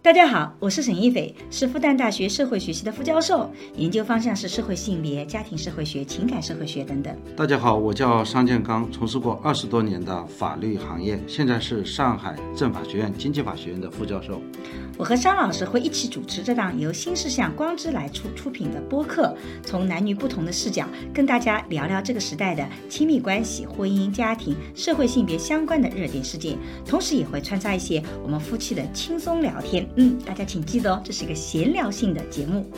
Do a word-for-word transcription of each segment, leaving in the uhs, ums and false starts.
大家好，我是沈一斐，是复旦大学社会学系的副教授，研究方向是社会性别、家庭社会学、情感社会学等等。 大家好，我叫商建刚，从事过二十多年的法律行业，现在是上海政法学院经济法学院的副教授。 我和商老师会一起主持这档由新事项光之来出出品的播客，从男女不同的视角跟大家聊聊这个时代的亲密关系、婚姻、家庭、社会性别相关的热点事件，同时也会穿插一些我们夫妻的轻松聊天。嗯，大家请记得哦，这是一个闲聊性的节目。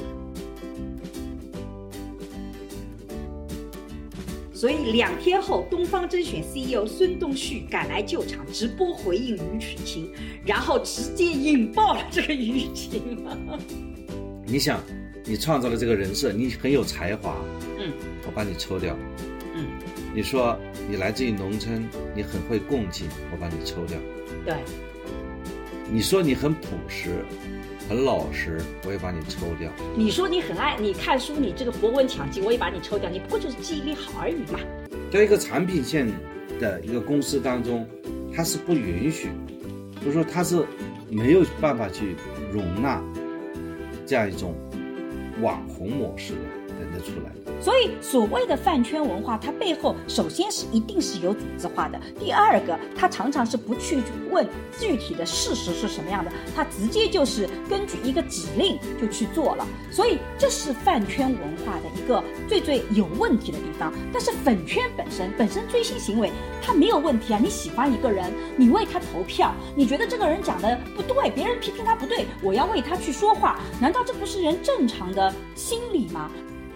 所以两天后，东方甄选 C E O 孙东旭赶来救场，直播回应于曲晴，然后直接引爆了这个舆情。 你想，你创造了这个人设，你很有才华， 嗯， 我把你抽掉， 嗯， 你说你来自于农村，你很会共情，我把你抽掉， 对， 你说你很朴实很老实，我也把你抽掉。 你说你很爱你看书，你这个博闻强记，我也把你抽掉。你不过就是记忆力好而已嘛。 在一个产品线的一个公司当中，它是不允许，就是说它是没有办法去容纳这样一种网红模式的等得出来的。 所以所谓的饭圈文化，它背后首先是一定是有组织化的，第二个它常常是不去问具体的事实是什么样的，它直接就是根据一个指令就去做了，所以这是饭圈文化的一个最最有问题的地方。但是粉圈本身本身追星行为它没有问题啊，你喜欢一个人，你为他投票，你觉得这个人讲的不对，别人批评他不对，我要为他去说话，难道这不是人正常的心理吗？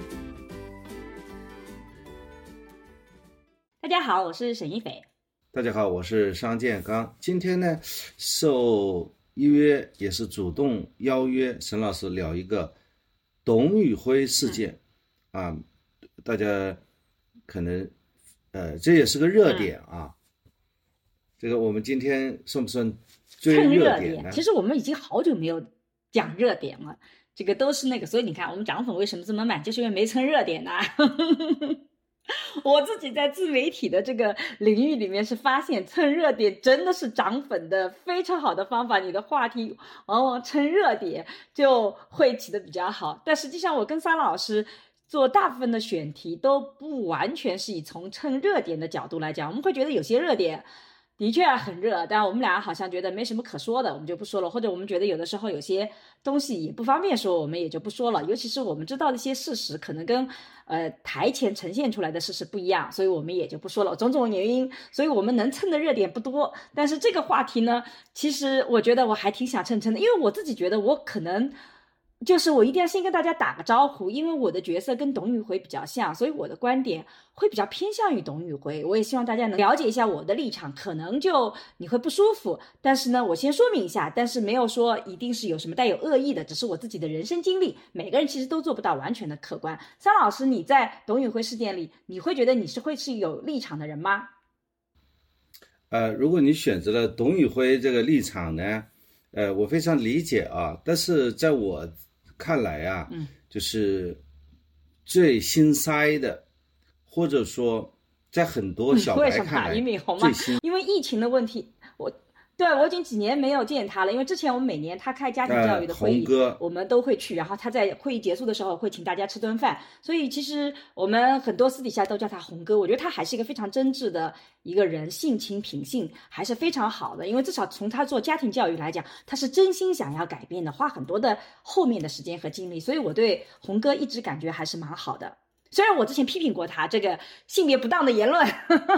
大家好，我是沈一斐。 大家好，我是商建刚。今天呢，受依约也是主动邀约沈老师聊一个董宇辉事件、嗯、啊，大家可能呃这也是个热点啊。嗯、这个我们今天算不算追热点呢？ 其实我们已经好久没有讲热点了，这个都是那个，所以你看我们涨粉为什么这么慢，就是因为没蹭热点呢、啊。我自己在自媒体的这个领域里面是发现蹭热点真的是涨粉的非常好的方法，你的话题往往蹭热点就会起得比较好。但实际上我跟桑老师做大部分的选题都不完全是以从蹭热点的角度来讲，我们会觉得有些热点的确很热，但我们俩好像觉得没什么可说的，我们就不说了，或者我们觉得有的时候有些东西也不方便说，我们也就不说了，尤其是我们知道的一些事实可能跟呃台前呈现出来的事实不一样，所以我们也就不说了，种种原因，所以我们能蹭的热点不多。但是这个话题呢，其实我觉得我还挺想蹭蹭的，因为我自己觉得我可能就是我一定要先跟大家打个招呼，因为我的角色跟董宇辉比较像，所以我的观点会比较偏向于董宇辉。我也希望大家能了解一下我的立场，可能就你会不舒服，但是呢我先说明一下，但是没有说一定是有什么带有恶意的，只是我自己的人生经历，每个人其实都做不到完全的客观。桑老师，你在董宇辉事件里，你会觉得你是会是有立场的人吗？ 呃，如果你选择了董宇辉这个立场呢，呃，我非常理解啊，但是在我看来啊，嗯，就是最心塞的，或者说在很多小白看来、嗯、 为什么？俞敏洪吗？因为疫情的问题，我对我已经几年没有见他了，因为之前我们每年他开家庭教育的会议、呃、我们都会去，然后他在会议结束的时候会请大家吃顿饭，所以其实我们很多私底下都叫他洪哥。我觉得他还是一个非常真挚的一个人，性情品性还是非常好的，因为至少从他做家庭教育来讲，他是真心想要改变的，花很多的后面的时间和精力，所以我对洪哥一直感觉还是蛮好的，虽然我之前批评过他这个性别不当的言论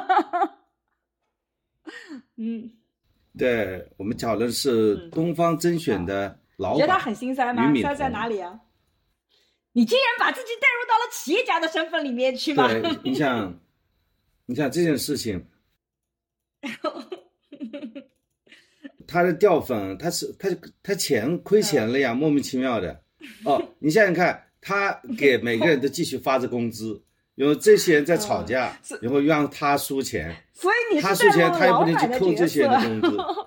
嗯， 对，我们讨论是东方甄选的老板、嗯、 你觉得他很心塞吗？塞在哪里啊？你竟然把自己带入到了企业家的身份里面去吗？ 对，你想你想这件事情他的掉粉，他是他他钱亏钱了呀、嗯、莫名其妙的哦。你想想看，他给每个人都继续发着工资，因为这些人在吵架、嗯、然后让他输钱， 所以你是他输钱他也不能去扣这些人的工资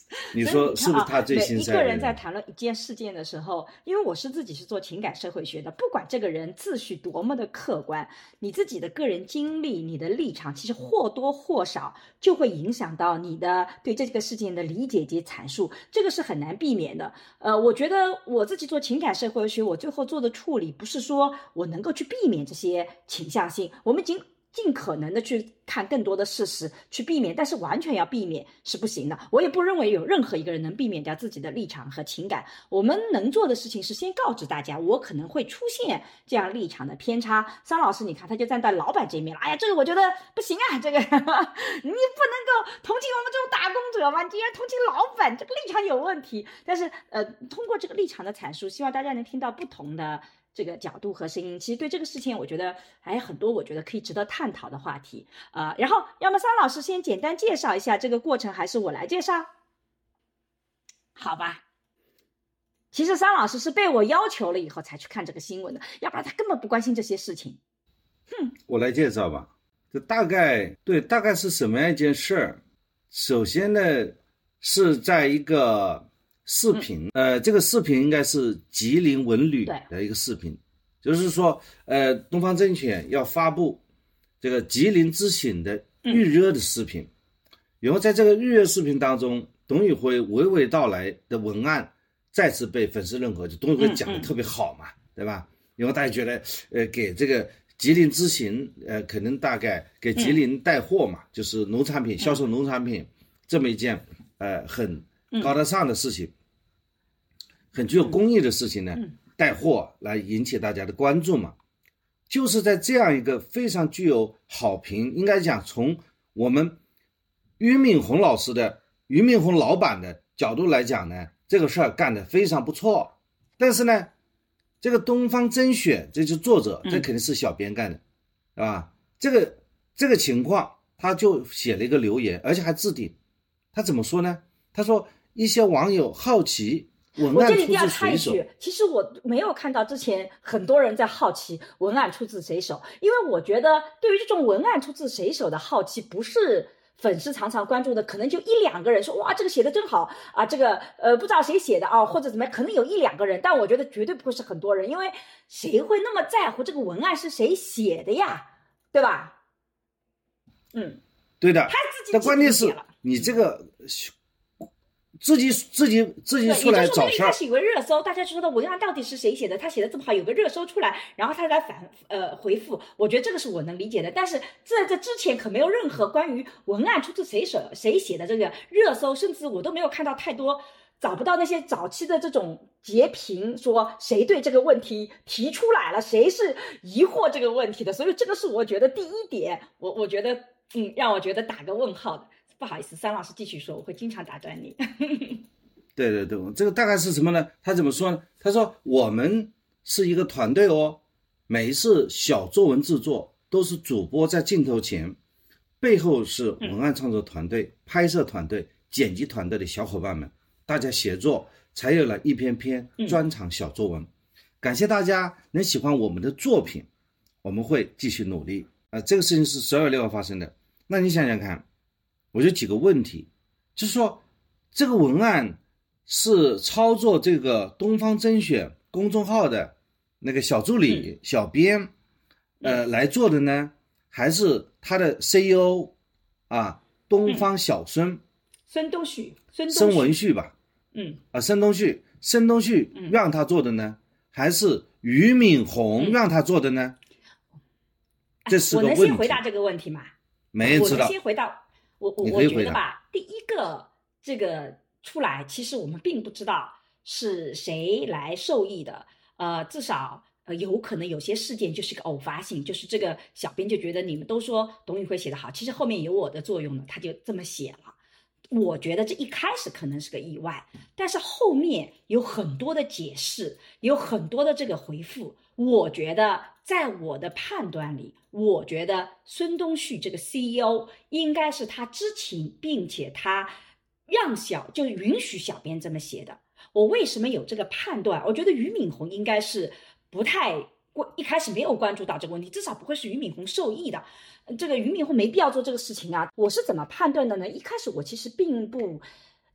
你说是不是他最心塞的人？ 每一个人在谈论一件事件的时候，因为我是自己是做情感社会学的，不管这个人自诩多么的客观，你自己的个人经历、你的立场，其实或多或少就会影响到你的对这个事件的理解及阐述，这个是很难避免的。呃，我觉得我自己做情感社会学，我最后做的处理不是说我能够去避免这些倾向性，我们尽尽可能的去看更多的事实，去避免，但是完全要避免是不行的。我也不认为有任何一个人能避免掉自己的立场和情感。我们能做的事情是先告知大家，我可能会出现这样立场的偏差。桑老师，你看他就站在老板这面了，哎呀，这个我觉得不行啊，这个你不能够同情我们这种打工者嘛，你竟然同情老板，这个立场有问题。但是呃，通过这个立场的阐述，希望大家能听到不同的这个角度和声音。其实对这个事情我觉得还有很多我觉得可以值得探讨的话题。呃，然后要么桑老师先简单介绍一下这个过程，还是我来介绍？好吧，其实桑老师是被我要求了以后才去看这个新闻的，要不然他根本不关心这些事情。哼， 我来介绍吧。这大概对大概是什么样一件事儿？首先呢，是在一个视频，嗯、呃，这个视频应该是吉林文旅的一个视频，就是说，呃，东方甄选要发布这个吉林之行的预热的视频，嗯、然后在这个预热视频当中，董宇辉娓娓道来的文案再次被粉丝认可，就董宇辉讲的特别好嘛，嗯嗯、对吧？然后大家觉得，呃，给这个吉林之行，呃，可能大概给吉林带货嘛，嗯、就是农产品销售农产品，嗯、这么一件呃很高大上的事情。嗯很具有公益的事情呢，嗯、带货来引起大家的关注嘛，就是在这样一个非常具有好评，应该讲从我们俞敏洪老师的俞敏洪老板的角度来讲呢，这个事儿干得非常不错。但是呢，这个东方甄选这就是作者，这肯定是小编干的，是吧？这个这个情况，他就写了一个留言，而且还置顶。他怎么说呢？他说一些网友好奇。 我这里一定要插一句，其实我没有看到之前很多人在好奇文案出自谁手，因为我觉得对于这种文案出自谁手的好奇，不是粉丝常常关注的，可能就一两个人说哇这个写的真好啊，这个呃不知道谁写的啊，或者怎么样，可能有一两个人，但我觉得绝对不会是很多人，因为谁会那么在乎这个文案是谁写的呀，对吧？嗯， 对的。 他自己但关键是你这个。自己自己自己出来找事儿， 一开始有个热搜，大家就说的文案到底是谁写的？他写的这么好，有个热搜出来，然后他来反呃回复，我觉得这个是我能理解的。但是在这之前可没有任何关于文案出自谁手谁写的这个热搜，甚至我都没有看到太多，找不到那些早期的这种截屏，说谁对这个问题提出来了，谁是疑惑这个问题的。所以这个是我觉得第一点，我我觉得嗯让我觉得打个问号的。不好意思，桑老师继续说，我会经常打断你。 对对对，这个大概是什么呢？他怎么说呢？他说我们是一个团队哦，每一次小作文制作都是主播在镜头前，背后是文案创作团队、嗯、拍摄团队、剪辑团队的小伙伴们，大家协作才有了一篇篇专场小作文。嗯、感谢大家能喜欢我们的作品，我们会继续努力。啊、呃，这个事情是十二月六号发生的。那你想想看。我有几个问题，就是说这个文案是操作这个东方甄选公众号的那个小助理、嗯、小编呃、嗯、来做的呢，还是他的 C E O 啊东方小孙、嗯、 孙东旭孙孙文旭吧， 嗯啊孙东旭孙东旭让他做的呢、嗯、还是俞敏洪让他做的呢、嗯、这是个问题。 我能先回答这个问题吗？ 没人知道。 我能先回答我我我觉得吧，第一个这个出来，其实我们并不知道是谁来受益的，呃，至少呃有可能有些事件就是个偶发性，就是这个小编就觉得你们都说董宇辉写得好，其实后面有我的作用呢，他就这么写了。我觉得这一开始可能是个意外，但是后面有很多的解释，有很多的这个回复，我觉得在我的判断里，我觉得孙东旭这个 C E O 应该是他知情，并且他让小就允许小编这么写的。我为什么有这个判断？我觉得俞敏洪应该是不太一开始没有关注到这个问题，至少不会是俞敏洪受益的。这个俞敏洪没必要做这个事情啊。我是怎么判断的呢？一开始我其实并不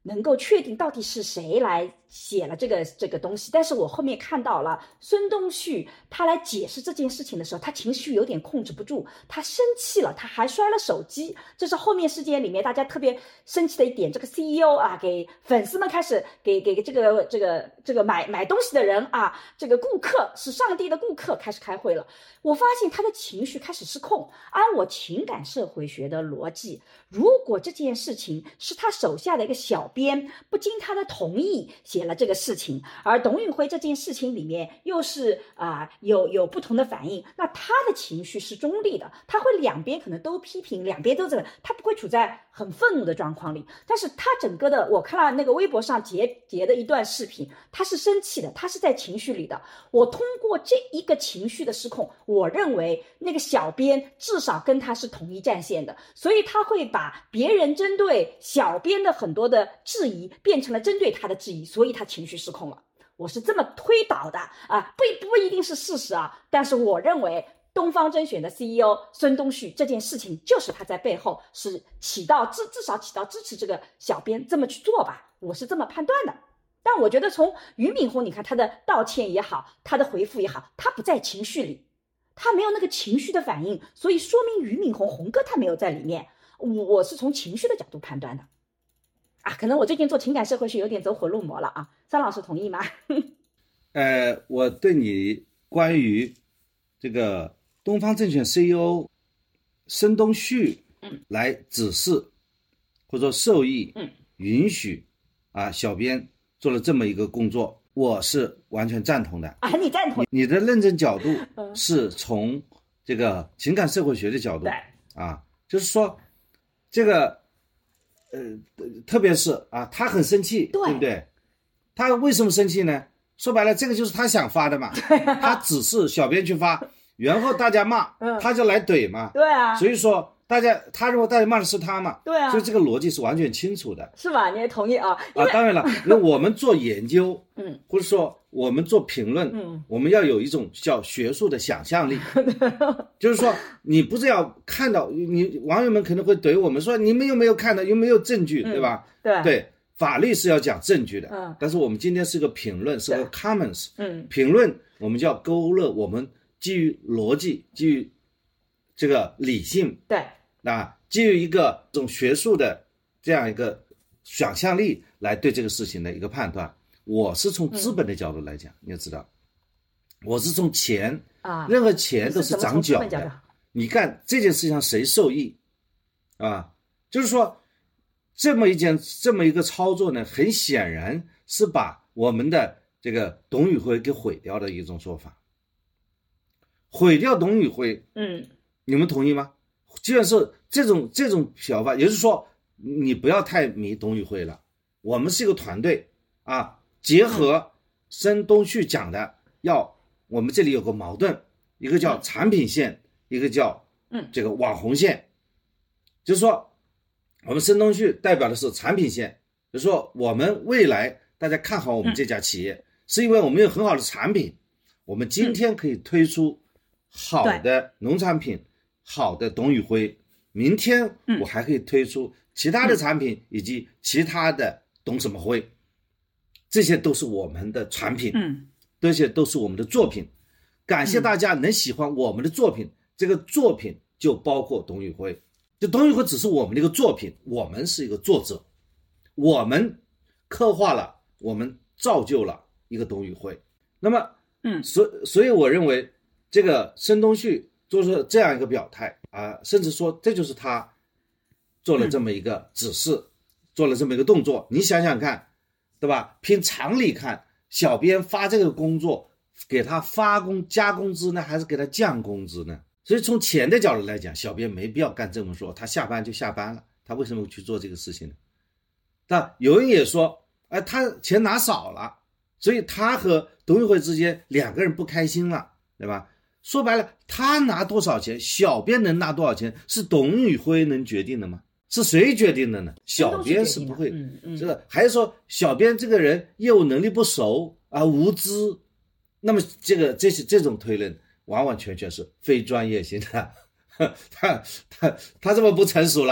能够确定到底是谁来写了这个这个东西，但是我后面看到了孙东旭他来解释这件事情的时候，他情绪有点控制不住，他生气了，他还摔了手机，这是后面事件里面大家特别生气的一点。这个 C E O 啊，给粉丝们开始给给这个这个这个买买东西的人啊，这个顾客是上帝的顾客开始开会了。我发现他的情绪开始失控。按我情感社会学的逻辑，如果这件事情是他手下的一个小编不经他的同意写了这个事情，而董宇辉这件事情里面又是啊、呃、有有不同的反应，那他的情绪是中立的，他会两边可能都批评，两边都这个，他不会处在很愤怒的状况里。但是他整个的，我看了那个微博上截截的一段视频，他是生气的，他是在情绪里的。我通过这一个情绪的失控，我认为那个小编至少跟他是同一战线的，所以他会把别人针对小编的很多的质疑变成了针对他的质疑，所以他情绪失控了。我是这么推导的啊，不不一定是事实啊，但是我认为东方甄选的 C E O 孙东旭这件事情就是他在背后是起到至至少起到支持这个小编这么去做吧，我是这么判断的。但我觉得从俞敏洪，你看他的道歉也好，他的回复也好，他不在情绪里，他没有那个情绪的反应，所以说明俞敏洪洪哥他没有在里面。我我是从情绪的角度判断的啊，可能我最近做情感社会学有点走火入魔了啊，张老师同意吗？ 呃，我对你关于这个东方证券 C E O 孙东旭来指示或者说授意允许啊小编做了这么一个工作，我是完全赞同的啊，你赞同？ 你的认证角度是从这个情感社会学的角度啊，就是说这个呃，特别是啊，他很生气， 对, 对不对？他为什么生气呢？说白了，这个就是他想发的嘛，啊、他指示小编去发，然后大家骂，嗯、他就来怼嘛， 对啊。 所以说大家他认为大家骂的是他嘛， 对啊。 所以这个逻辑是完全清楚的， 是吧？你也同意啊？ 啊，当然了，因为我们做研究， 嗯， 或者说我们做评论，嗯，我们要有一种叫学术的想象力，就是说你不是要看到，你网友们可能会怼我们说你们有没有看到，有没有证据，嗯、对吧？ 对对。法律是要讲证据的， 嗯， 但是我们今天是个评论，是个 comments， 嗯， 评论我们就要勾勒我们基于逻辑，基于这个理性， 对， 啊，基于一个这种学术的这样一个想象力来对这个事情的一个判断。我是从资本的角度来讲，嗯、你要知道，我是从钱啊， 任何钱都是长脚的。你看这件事情上谁受益啊？就是说。这么一件这么一个操作呢，很显然是把我们的这个董宇辉给毁掉的一种做法。毁掉董宇辉， 嗯， 你们同意吗？既然是这种这种想法，也就是说，你不要太迷董宇辉了。我们是一个团队啊，结合孙东旭讲的，要我们这里有个矛盾，一个叫产品线，一个叫嗯这个网红线，就是说。我们孙东旭代表的是产品线，就是说我们未来大家看好我们这家企业，嗯、是因为我们有很好的产品，我们今天可以推出好的农产品，嗯、好的董宇辉，明天我还可以推出其他的产品以及其他的董什么辉，这些都是我们的产品， 嗯， 这些都是我们的作品。感谢大家能喜欢我们的作品，嗯、这个作品就包括董宇辉。就董宇辉只是我们的一个作品，我们是一个作者，我们刻画了，我们造就了一个董宇辉。那么， 嗯， 所所以我认为这个孙东旭做出这样一个表态啊，甚至说这就是他做了这么一个指示，嗯、做了这么一个动作。你想想看，对吧？凭常理看，小编发这个工作，给他发工加工资呢，还是给他降工资呢？所以从钱的角度来讲，小编没必要干这么说，他下班就下班了，他为什么去做这个事情呢？但有人也说，哎，他钱拿少了，所以他和董宇辉之间两个人不开心了，对吧？说白了，他拿多少钱，小编能拿多少钱，是董宇辉能决定的吗？是谁决定的呢？小编是不会， 嗯嗯， 这个还是说小编这个人业务能力不熟啊，无知？那么这个这是这种推论。完完全全是非专业性的，他他他这么不成熟了。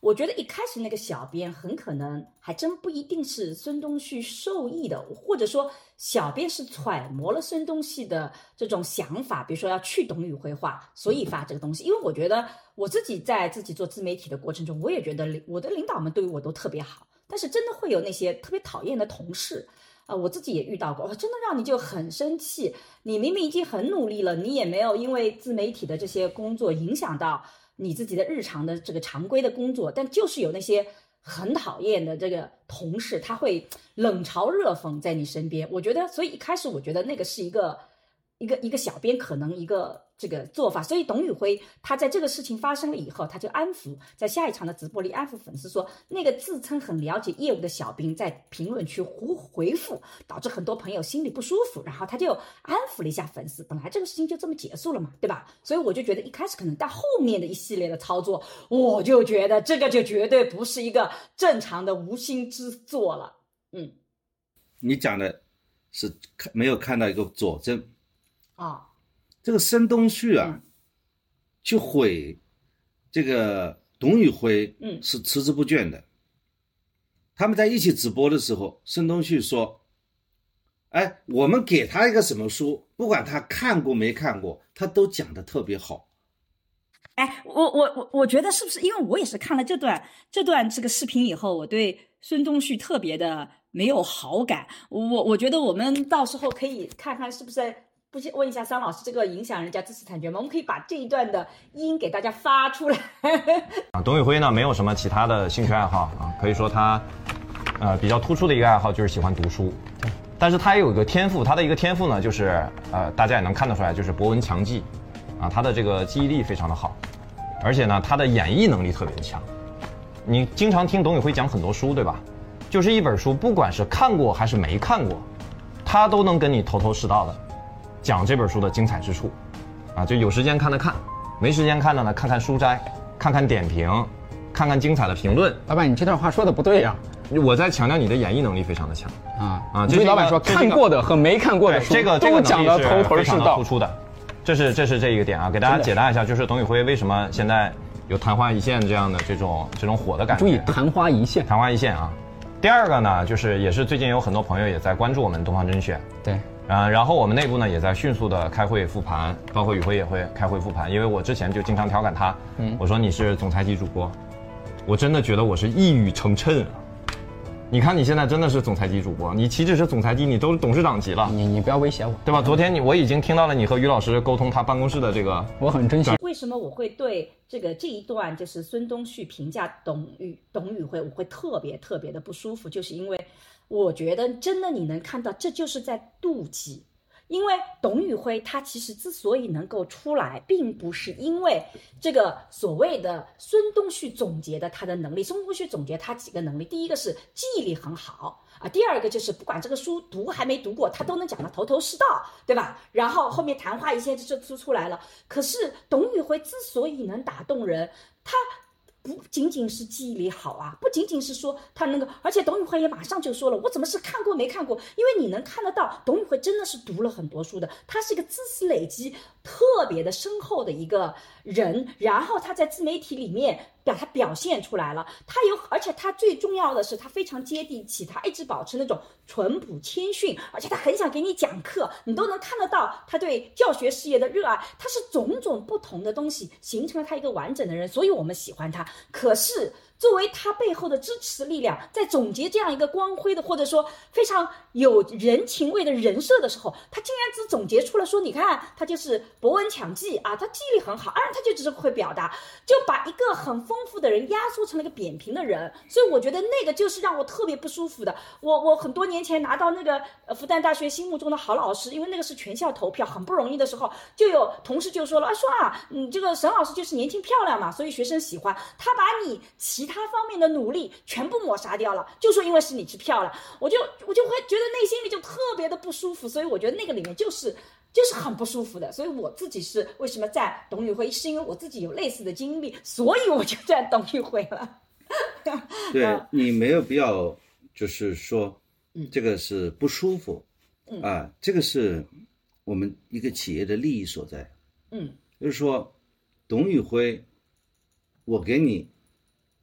我觉得一开始那个小编很可能还真不一定是孙东旭授意的，或者说小编是揣摩了孙东旭的这种想法，比如说要去董宇辉化，所以发这个东西。因为我觉得我自己在自己做自媒体的过程中，我也觉得我的领导们对于我都特别好，但是真的会有那些特别讨厌的同事。呃，我自己也遇到过，真的让你就很生气。你明明已经很努力了，你也没有因为自媒体的这些工作影响到你自己的日常的这个常规的工作，但就是有那些很讨厌的这个同事，他会冷嘲热讽在你身边。我觉得，所以一开始我觉得那个是一个一个一个小编可能一个这个做法，所以董宇辉他在这个事情发生了以后，他就安抚，在下一场的直播里安抚粉丝说，那个自称很了解业务的小兵在评论区胡回复，导致很多朋友心里不舒服，然后他就安抚了一下粉丝，本来这个事情就这么结束了嘛，对吧？所以我就觉得一开始可能，但后面的一系列的操作，我就觉得这个就绝对不是一个正常的无心之作了。嗯， 你讲的是没有看到一个佐证啊。哦， 这个申东旭啊，嗯、去毁这个董宇辉，嗯，是孜孜不倦的。他们在一起直播的时候，申东旭说：“哎，我们给他一个什么书，不管他看过没看过，他都讲得特别好。” 哎，我我我我觉得是不是因为我也是看了这段这段这个视频以后，我对孙东旭特别的没有好感。我我觉得我们到时候可以看看是不是。不是问一下桑老师，这个影响人家知识产权吗？我们可以把这一段的音给大家发出来。 啊，董宇辉呢没有什么其他的兴趣爱好啊，可以说他，呃，比较突出的一个爱好就是喜欢读书。对，但是他也有一个天赋，他的一个天赋呢就是呃，大家也能看得出来，就是博闻强记，啊，他的这个记忆力非常的好，而且呢，他的演绎能力特别的强。你经常听董宇辉讲很多书，对吧？就是一本书，不管是看过还是没看过，他都能跟你头头是道的讲这本书的精彩之处，啊，就有时间看的看，没时间看的呢，看看书摘，看看点评，看看精彩的评论。 老板，你这段话说的不对呀、 啊！我在强调你的演绎能力非常的强啊啊！所以老板说看过的和没看过的书， 这个都讲的头头是道， 突出的。这是这是这一个点啊，给大家解答一下，就是董宇辉为什么现在有昙花一现这样的这种这种火的感觉。 注意昙花一现， 昙花一现啊！第二个呢，就是也是最近有很多朋友也在关注我们东方甄选。 对。 嗯，然后我们内部呢也在迅速的开会复盘，包括宇辉也会开会复盘，因为我之前就经常调侃他，嗯，我说你是总裁级主播，我真的觉得我是一语成谶啊。你看你现在真的是总裁级主播，你岂止是总裁级，你都是董事长级了。 你你不要威胁我， 对吧？昨天你我已经听到了你和于老师沟通他办公室的这个， 我很珍惜。 为什么我会对这个这一段就是孙东旭评价董宇董宇辉，我会特别特别的不舒服，就是因为。我觉得真的你能看到这就是在妒忌，因为董宇辉他其实之所以能够出来，并不是因为这个所谓的孙东旭总结的他的能力，孙东旭总结他几个能力，第一个是记忆力很好啊，第二个就是不管这个书读还没读过，他都能讲得头头是道，对吧？然后后面谈话一些就出出来了。可是董宇辉之所以能打动人，他不仅仅是记忆力好啊，不仅仅是说他那个，而且董宇辉也马上就说了，我怎么是看过没看过？因为你能看得到，董宇辉真的是读了很多书的，他是一个知识累积特别的深厚的一个人，然后他在自媒体里面把它表现出来了，他有，而且他最重要的是他非常接地气，他一直保持那种淳朴谦逊，而且他很想给你讲课，你都能看得到他对教学事业的热爱，他是种种不同的东西形成了他一个完整的人，所以我们喜欢他。可是作为他背后的支持力量，在总结这样一个光辉的或者说非常有人情味的人设的时候，他竟然只总结出了说，你看他就是博闻强记啊，他记忆力很好，啊，他就只是会表达，就把一个很丰富的人压缩成了一个扁平的人。所以我觉得那个就是让我特别不舒服的。我我很多年前拿到那个呃复旦大学心目中的好老师，因为那个是全校投票，很不容易的时候，就有同事就说了，啊说啊，你这个沈老师就是年轻漂亮嘛，所以学生喜欢他，把你其他方面的努力全部抹杀掉了，就说因为是你是漂亮，我就我就会觉得内心里就特别的不舒服，所以我觉得那个里面就是就是很不舒服的。所以我自己是为什么赞董宇辉，是因为我自己有类似的经历，所以我就赞董宇辉了。 对，你没有必要就是说这个是不舒服、嗯、啊，这个是我们一个企业的利益所在。嗯，就是说董宇辉我给你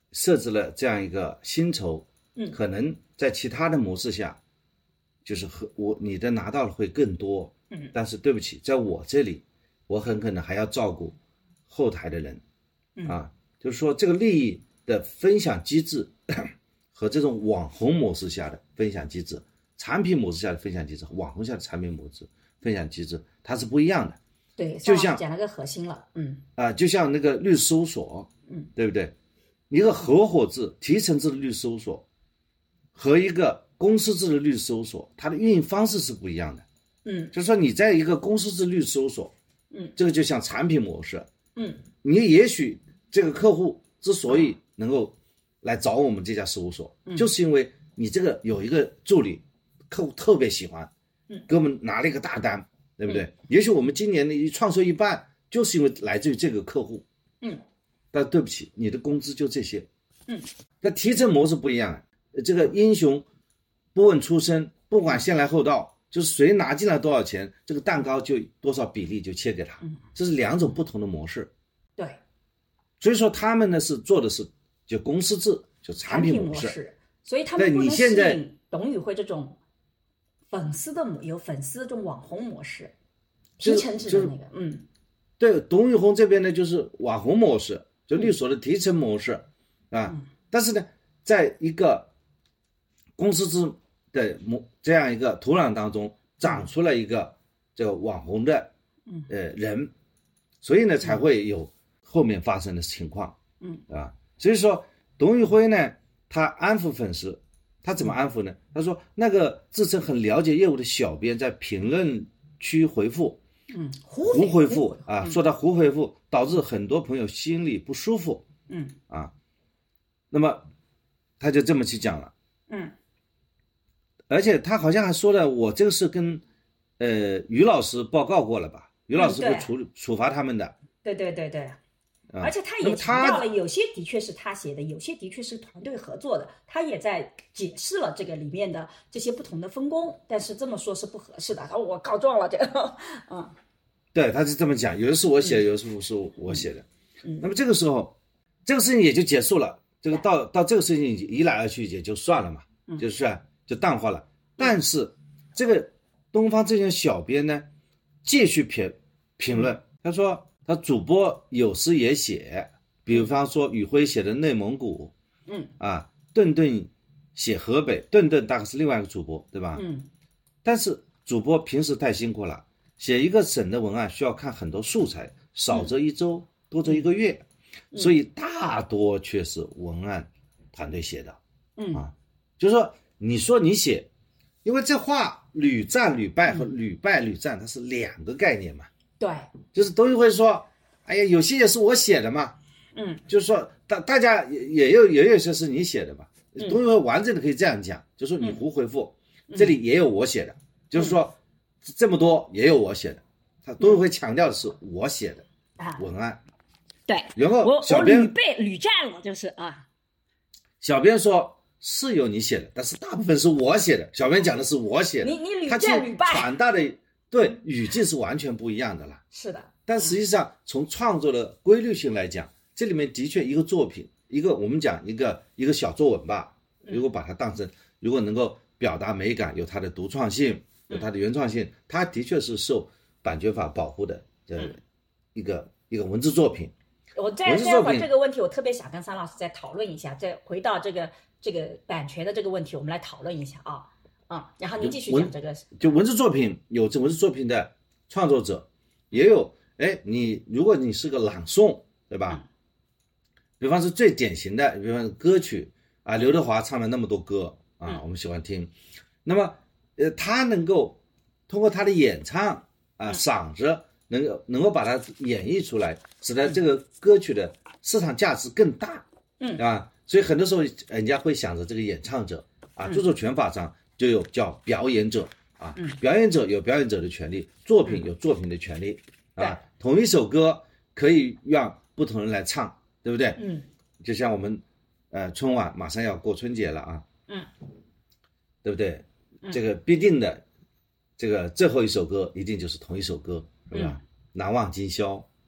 设置了这样一个薪酬， 嗯， 可能在其他的模式下，就是和我你的拿到的会更多， 嗯， 但是对不起，在我这里，我很可能还要照顾后台的人， 嗯啊，就是说这个利益的分享机制和这种网红模式下的分享机制，产品模式下的分享机制和网红下的产品模式分享机制，它是不一样的。 对， 就像讲了个核心了，嗯啊、呃，就像那个律师事务所， 嗯， 对不对？一个合伙制、提成制的律师事务所和一个公司制的律师事务所，它的运营方式是不一样的。 嗯， 就是说你在一个公司制律师事务所， 嗯， 这个就像产品模式， 嗯， 你也许这个客户之所以能够来找我们这家事务所， 嗯、 就是因为你这个有一个助理，客户特别喜欢， 嗯， 给我们拿了一个大单。对不对？嗯、也许我们今年的创收一半，就是因为来自于这个客户。 嗯， 但对不起，你的工资就这些。 嗯， 那提成模式不一样，这个英雄不问出身，不管先来后到，就是谁拿进来多少钱，这个蛋糕就多少比例就切给他。 嗯， 这是两种不同的模式。 对， 所以说他们呢是做的是就公司制，就产品模式。 模式所以他们不能适应董宇辉这种。粉丝的有粉丝的这种网红模式，提成制的那个，嗯， 对，董宇红这边呢就是网红模式，就律所的提成模式、嗯、啊、嗯，但是呢，在一个公司制的模这样一个土壤当中，长出了一个这个网红的呃人，所以呢才会有后面发生的情况， 嗯啊，所以说董宇辉呢，他安抚粉丝。他怎么安抚呢？他说那个自称很了解业务的小编在评论区回复， 嗯， 胡回复啊，说他胡回复，导致很多朋友心里不舒服， 嗯啊，那么他就这么去讲了， 嗯， 而且他好像还说了，我这个是跟呃于老师报告过了吧？于老师会处、嗯、处罚他们的， 对对对对。 啊、 而且他也强调了，有些的确是他写的，有些的确是团队合作的。他也在解释了这个里面的这些不同的分工，但是这么说是不合适的。我告状了，这个，嗯， 对，他是这么讲，有的是我写的，有的是不是我写的。 嗯， 那么这个时候，这个事情也就结束了。这个到到这个事情一来二去也就算了嘛， 嗯、 就是就淡化了。但是这个东方这些小编呢，继续评评论，他说。他主播有时也写，比方说宇辉写的内蒙古， 嗯啊，顿顿写河北，顿顿大概是另外一个主播，对吧？ 嗯， 但是主播平时太辛苦了，写一个省的文案需要看很多素材，少则一周，嗯、多则一个月，嗯、所以大多却是文案团队写的， 嗯啊，就是说你说你写，因为这话屡战屡败和屡败屡战它是两个概念嘛。 对， 就是董宇辉说，哎呀，有些也是我写的嘛， 嗯， 就是说大大家也也有也有些是你写的嘛， 嗯、 董宇辉完整的可以这样讲，就是说你胡回复， 嗯、 这里也有我写的，嗯、就是说这么多也有我写的，他董宇辉强调的是我写的文案， 啊、对， 然后我小编我屡背屡战了，就是啊， 小编说是有你写的，但是大部分是我写的，小编讲的是我写的， 你你屡战屡败， 他传达的。对，语境是完全不一样的了。 是的， 但实际上从创作的规律性来讲，这里面的确一个作品，一个我们讲一个一个小作文吧，如果把它当成，如果能够表达美感，有它的独创性，有它的原创性，它的确是受版权法保护的这一个、嗯、一个文字作品。 我在待会儿这个问题，我特别想跟桑老师再讨论一下，再回到这个这个版权的这个问题，我们来讨论一下啊。啊、嗯，然后您继续讲这个。 就文字作品有这文字作品的创作者，也有哎，你如果你是个朗诵，对吧？嗯、比方是最典型的，比方歌曲啊，刘德华唱了那么多歌啊， 嗯、 我们喜欢听。那么呃，他能够通过他的演唱啊， 嗯、 嗓子能够能够把它演绎出来，使得这个歌曲的市场价值更大。 嗯， 啊，所以很多时候人家会想着这个演唱者啊，著作权法上。就有叫表演者啊， 嗯、 表演者有表演者的权利，作品有作品的权利、嗯、啊。同一首歌可以让不同人来唱，对不对？ 嗯， 就像我们呃春晚马上要过春节了啊， 嗯， 对不对？ 嗯、 这个必定的，这个最后一首歌一定就是同一首歌，是吧？ 嗯、 难忘今宵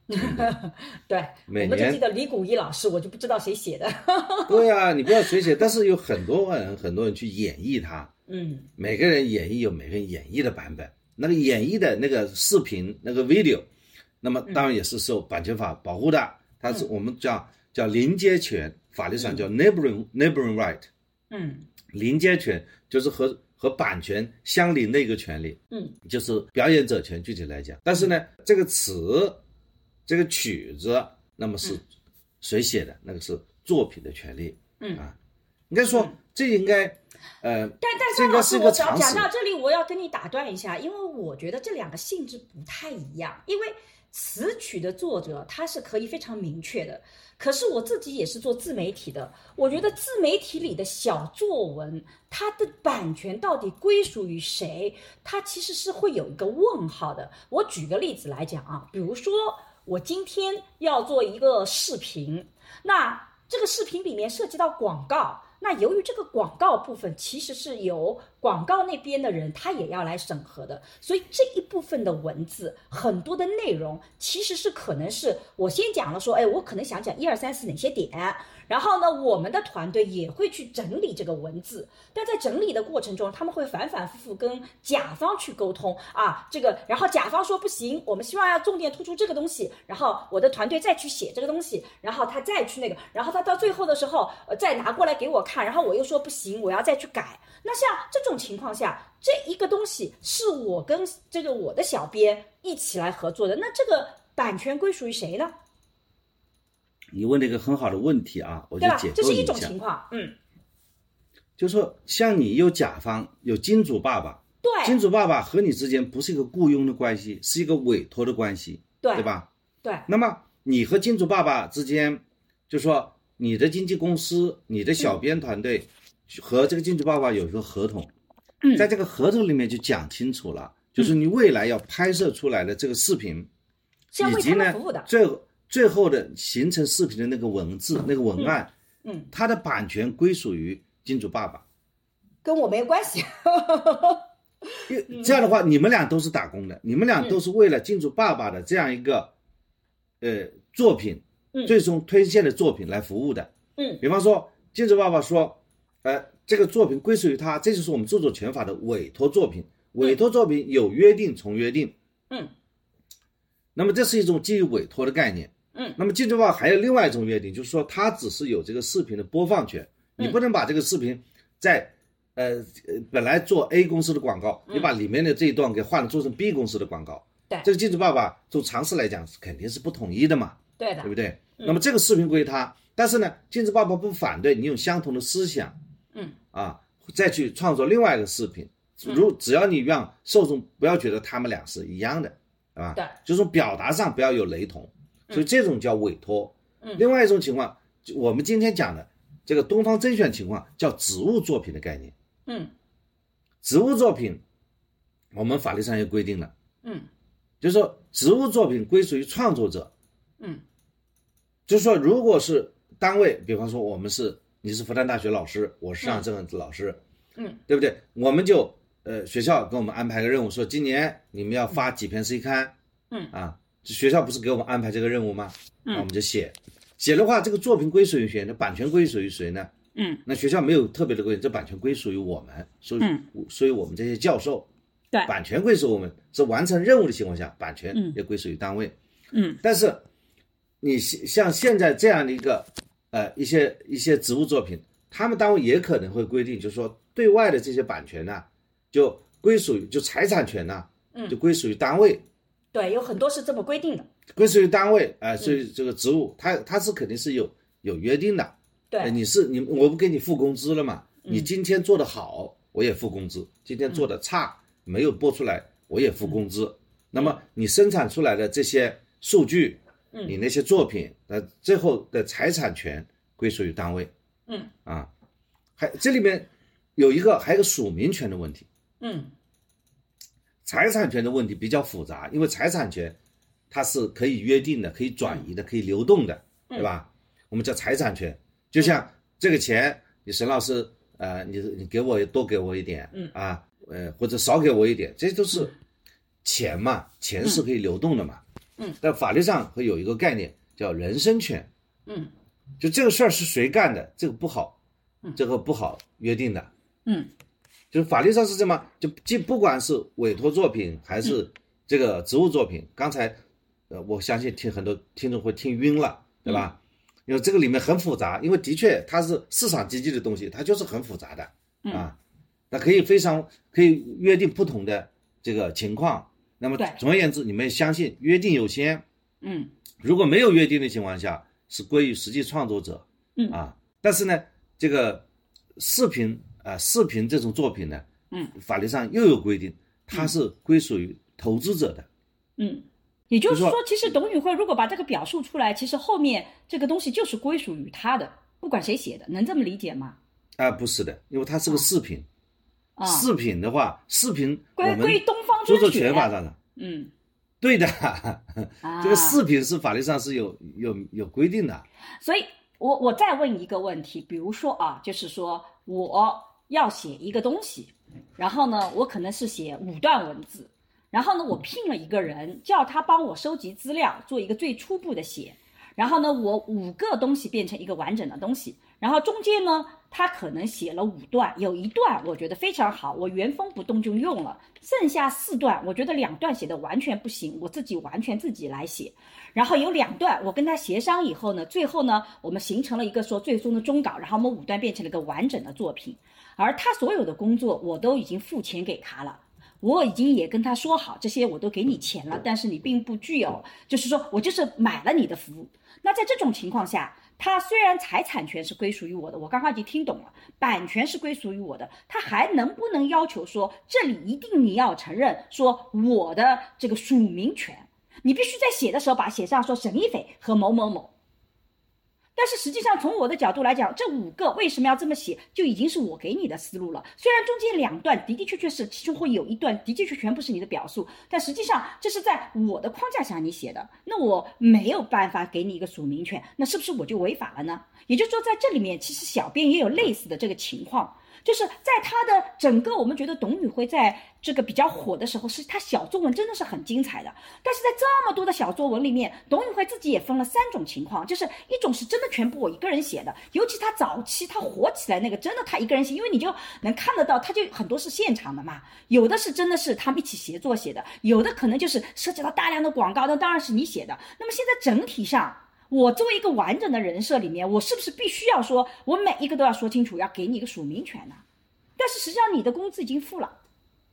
对， 每我们就记年得李谷一老师，我就不知道谁写的。 对啊，你不要谁写，但是有很多人很多人去演绎它， 嗯， 每个人演绎有每个人演绎的版本，那个演绎的那个视频那个 video， 那么当然也是受版权法保护的，它是我们叫叫邻接权，法律上叫 neighboring neighboring right， 嗯， 邻接权就是和和版权相邻的一个权利， 嗯， 就是表演者权，具体来讲，但是呢，这个词这个曲子，那么是谁写的，那个是作品的权利， 嗯啊，应该说这应该呃， 但但这应该是一个常识。 讲到这里，我要跟你打断一下，因为我觉得这两个性质不太一样。因为词曲的作者他是可以非常明确的，可是我自己也是做自媒体的，我觉得自媒体里的小作文，它的版权到底归属于谁，它其实是会有一个问号的。我举个例子来讲啊，比如说我今天要做一个视频，那这个视频里面涉及到广告。那由于这个广告部分其实是由广告那边的人他也要来审核的，所以这一部分的文字很多的内容其实是可能是我先讲了说，哎，我可能想讲一二三四哪些点，然后呢我们的团队也会去整理这个文字，但在整理的过程中他们会反反复复跟甲方去沟通啊，这个然后甲方说不行，我们希望要重点突出这个东西，然后我的团队再去写这个东西，然后他再去那个，然后他到最后的时候、呃、再拿过来给我看，然后我又说不行，我要再去改。那像这种情况下，这一个东西是我跟这个我的小编一起来合作的，那这个版权归属于谁呢？ 你问了一个很好的问题啊，我就解构一下。 这是一种情况，嗯， 就说像你有甲方，有金主爸爸， 对， 金主爸爸和你之间不是一个雇佣的关系，是一个委托的关系， 对， 对吧？ 对。 那么你和金主爸爸之间，就说你的经纪公司、你的小编团队和这个金主爸爸有一个合同， 嗯， 在这个合同里面就讲清楚了，就是你未来要拍摄出来的这个视频， 是要为他们服务的， 最后最后的形成视频的那个文字、那个文案， 嗯，嗯它的版权归属于金主爸爸， 跟我没有关系。 这样的话，你们俩都是打工的，你们俩都是为了金主爸爸的这样一个呃作品， 嗯， 最终推荐的作品来服务的。 嗯， 比方说金主爸爸说，呃，这个作品归属于他，这就是我们著作权法的委托作品。委托作品有约定从约定， 嗯， 那么这是一种基于委托的概念。 嗯， 那么金主爸爸还有另外一种约定，就是说他只是有这个视频的播放权，你不能把这个视频在呃本来做 A 公司的广告，你把里面的这一段给换了做成 B 公司的广告。 对， 这个金主爸爸从常识来讲肯定是不统一的嘛， 对的， 对不对？嗯、那么这个视频归他，但是呢，金主爸爸不反对你用相同的思想， 嗯啊，再去创作另外一个视频，如只要你让受众不要觉得他们俩是一样的，啊， 对， 就是说表达上不要有雷同，所以这种叫委托。 嗯， 另外一种情况，我们今天讲的这个东方甄选情况叫职务作品的概念。 嗯， 职务作品，我们法律上也规定了。 嗯， 就是说职务作品归属于创作者。 嗯， 就是说如果是单位，比方说我们是你是复旦大学老师，我是上政治老师， 嗯，对不对？我们就呃学校给我们安排个任务，说今年你们要发几篇 C 刊， 嗯啊，学校不是给我们安排这个任务吗？ 嗯， 那我们就写，写的话，这个作品归属于谁呢？版权归属于谁呢？ 嗯， 那学校没有特别的规定，这版权归属于我们，所以、嗯、所以我们这些教授， 对， 版权归属我们，是完成任务的情况下，版权也归属于单位。 嗯， 但是你像现在这样的一个呃一些一些职务作品，他们单位也可能会规定，就是说对外的这些版权呢、啊，就归属于就财产权呢、啊，嗯，就归属于单位。 对，有很多是这么规定的， 归属于单位啊、呃，所以这个职务它它是肯定是有有约定的。 对， 你是你，我不给你付工资了嘛？你今天做得好，我也付工资；今天做得差，没有播出来，我也付工资。那么你生产出来的这些数据，你那些作品的最后的财产权归属于单位。 嗯， 啊，还这里面有一个还有一个署名权的问题。 嗯， 财产权的问题比较复杂，因为财产权它是可以约定的、可以转移的、可以流动的，对吧？我们叫财产权。就像这个钱，你沈老师，呃，你你给我多给我一点，嗯啊，呃，或者少给我一点，这都是钱嘛，钱是可以流动的嘛。 嗯， 但法律上会有一个概念叫人身权， 嗯， 就这个事儿是谁干的，这个不好， 嗯， 这个不好约定的， 嗯， 就是法律上是这么，就既不管是委托作品还是这个职务作品，嗯、刚才，呃，我相信听很多听众会听晕了，对吧？嗯，因为这个里面很复杂，因为的确它是市场经济的东西，它就是很复杂的啊，那可以非常可以约定不同的这个情况。那么总而言之，你们相信约定有先， 嗯， 如果没有约定的情况下，是归于实际创作者， 嗯啊，但是呢，这个视频啊、呃，视频这种作品呢， 嗯， 法律上又有规定，它是归属于投资者的， 嗯。也就是说，其实董宇辉如果把这个表述出来，其实后面这个东西就是归属于他的，不管谁写的，能这么理解吗？ 啊、呃，不是的，因为它是个视频， 啊、 视频的话，视频归归东方著作权法上的， 嗯， 对的，啊、这个视频是法律上是有有有规定的。 所以我我再问一个问题，比如说啊，就是说我要写一个东西，然后呢，我可能是写五段文字。然后呢，我聘了一个人，叫他帮我收集资料，做一个最初步的写。然后呢，我五个东西变成一个完整的东西。然后中间呢，他可能写了五段，有一段我觉得非常好，我原封不动就用了。剩下四段，我觉得两段写的完全不行，我自己完全自己来写。然后有两段，我跟他协商以后呢，最后呢，我们形成了一个说最终的终稿，然后我们五段变成了一个完整的作品。而他所有的工作，我都已经付钱给他了。我已经也跟他说好，这些我都给你钱了，但是你并不具有，就是说我就是买了你的服务。那在这种情况下，他虽然财产权是归属于我的，我刚刚已经听懂了，版权是归属于我的，他还能不能要求说，这里一定你要承认说我的这个署名权，你必须在写的时候把写上说沈一斐和某某某。但是实际上从我的角度来讲，这五个为什么要这么写，就已经是我给你的思路了。虽然中间两段的的确确是其中会有一段的的确全部是你的表述，但实际上这是在我的框架下你写的，那我没有办法给你一个署名权，那是不是我就违法了呢？也就是说在这里面其实小编也有类似的这个情况，就是在他的整个我们觉得董宇辉在这个比较火的时候，是他小作文真的是很精彩的，但是在这么多的小作文里面，董宇辉自己也分了三种情况，就是一种是真的全部我一个人写的，尤其他早期他火起来那个真的他一个人写，因为你就能看得到他就很多是现场的嘛，有的是真的是他们一起协作写的，有的可能就是涉及到大量的广告，那当然是你写的。那么现在整体上我作为一个完整的人设里面，我是不是必须要说我每一个都要说清楚，要给你一个署名权呢？但是实际上你的工资已经付了。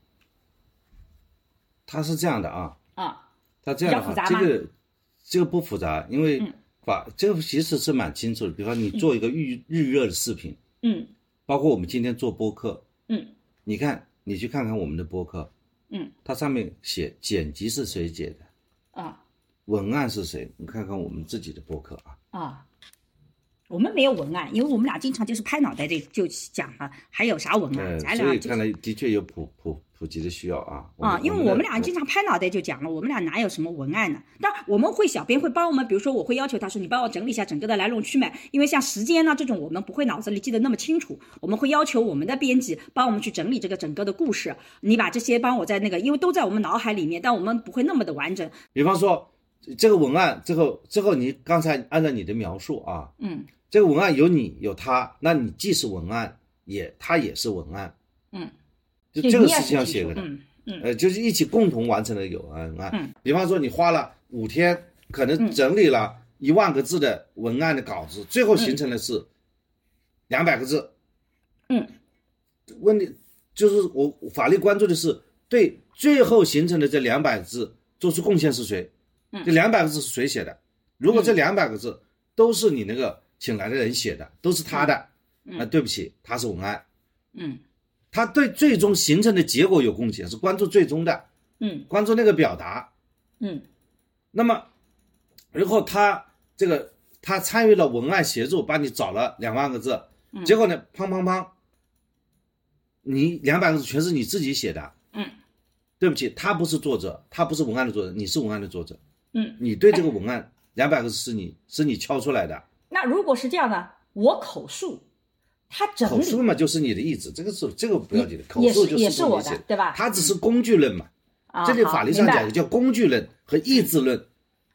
他是这样的啊， 啊， 他这样的话，这个这个不复杂，因为法、 嗯、 这个其实是蛮清楚的。比方你做一个日、嗯、日热的视频， 嗯， 包括我们今天做播客， 嗯， 你看你去看看我们的播客， 嗯， 它上面写剪辑是谁剪的， 啊， 文案是谁？你看看我们自己的播客啊， 啊。我们没有文案，因为我们俩经常就是拍脑袋就就讲了，还有啥文案？咱俩所以看来的确有普普普及的需要啊。 啊，因为我们俩经常拍脑袋就讲了，我们俩哪有什么文案呢？当然我们会小编会帮我们，比如说我会要求他说你帮我整理一下整个的来龙去脉，因为像时间呢这种我们不会脑子里记得那么清楚，我们会要求我们的编辑帮我们去整理这个整个的故事，你把这些帮我在那个，因为都在我们脑海里面，但我们不会那么的完整。 比方说这个文案，这个这个你刚才按照你的描述啊， 嗯。 这个文案有你有他，那你既是文案，也他也是文案， 嗯， 就这个事情要写的， 嗯嗯， 呃，就是一起共同完成的有文案。 嗯， 比方说你花了五天，可能整理了一万个字的文案的稿子，嗯、最后形成的是两百个字。 嗯， 问题就是我法律关注的是对最后形成的这两百字做出贡献是谁？ 嗯， 这两百个字是谁写的？如果这两百个字、嗯都是你那个请来的人写的，都是他的，那、 嗯呃、对不起，他是文案， 嗯， 他对最终形成的结果有贡献，是关注最终的， 嗯， 关注那个表达， 嗯， 那么，然后他这个他参与了文案协助，帮你找了两万个字， 嗯、 结果呢，砰砰砰，你两百个字全是你自己写的， 嗯， 对不起，他不是作者，他不是文案的作者，你是文案的作者， 嗯， 你对这个文案。两百个字是你是你敲出来的。 那如果是这样呢？我口述，他整理口述嘛，就是你的意志，这个是这个不要紧的。口述就是也是我的，对吧？ 它只是工具论嘛。 啊、 这里法律上讲的叫工具论和意志论，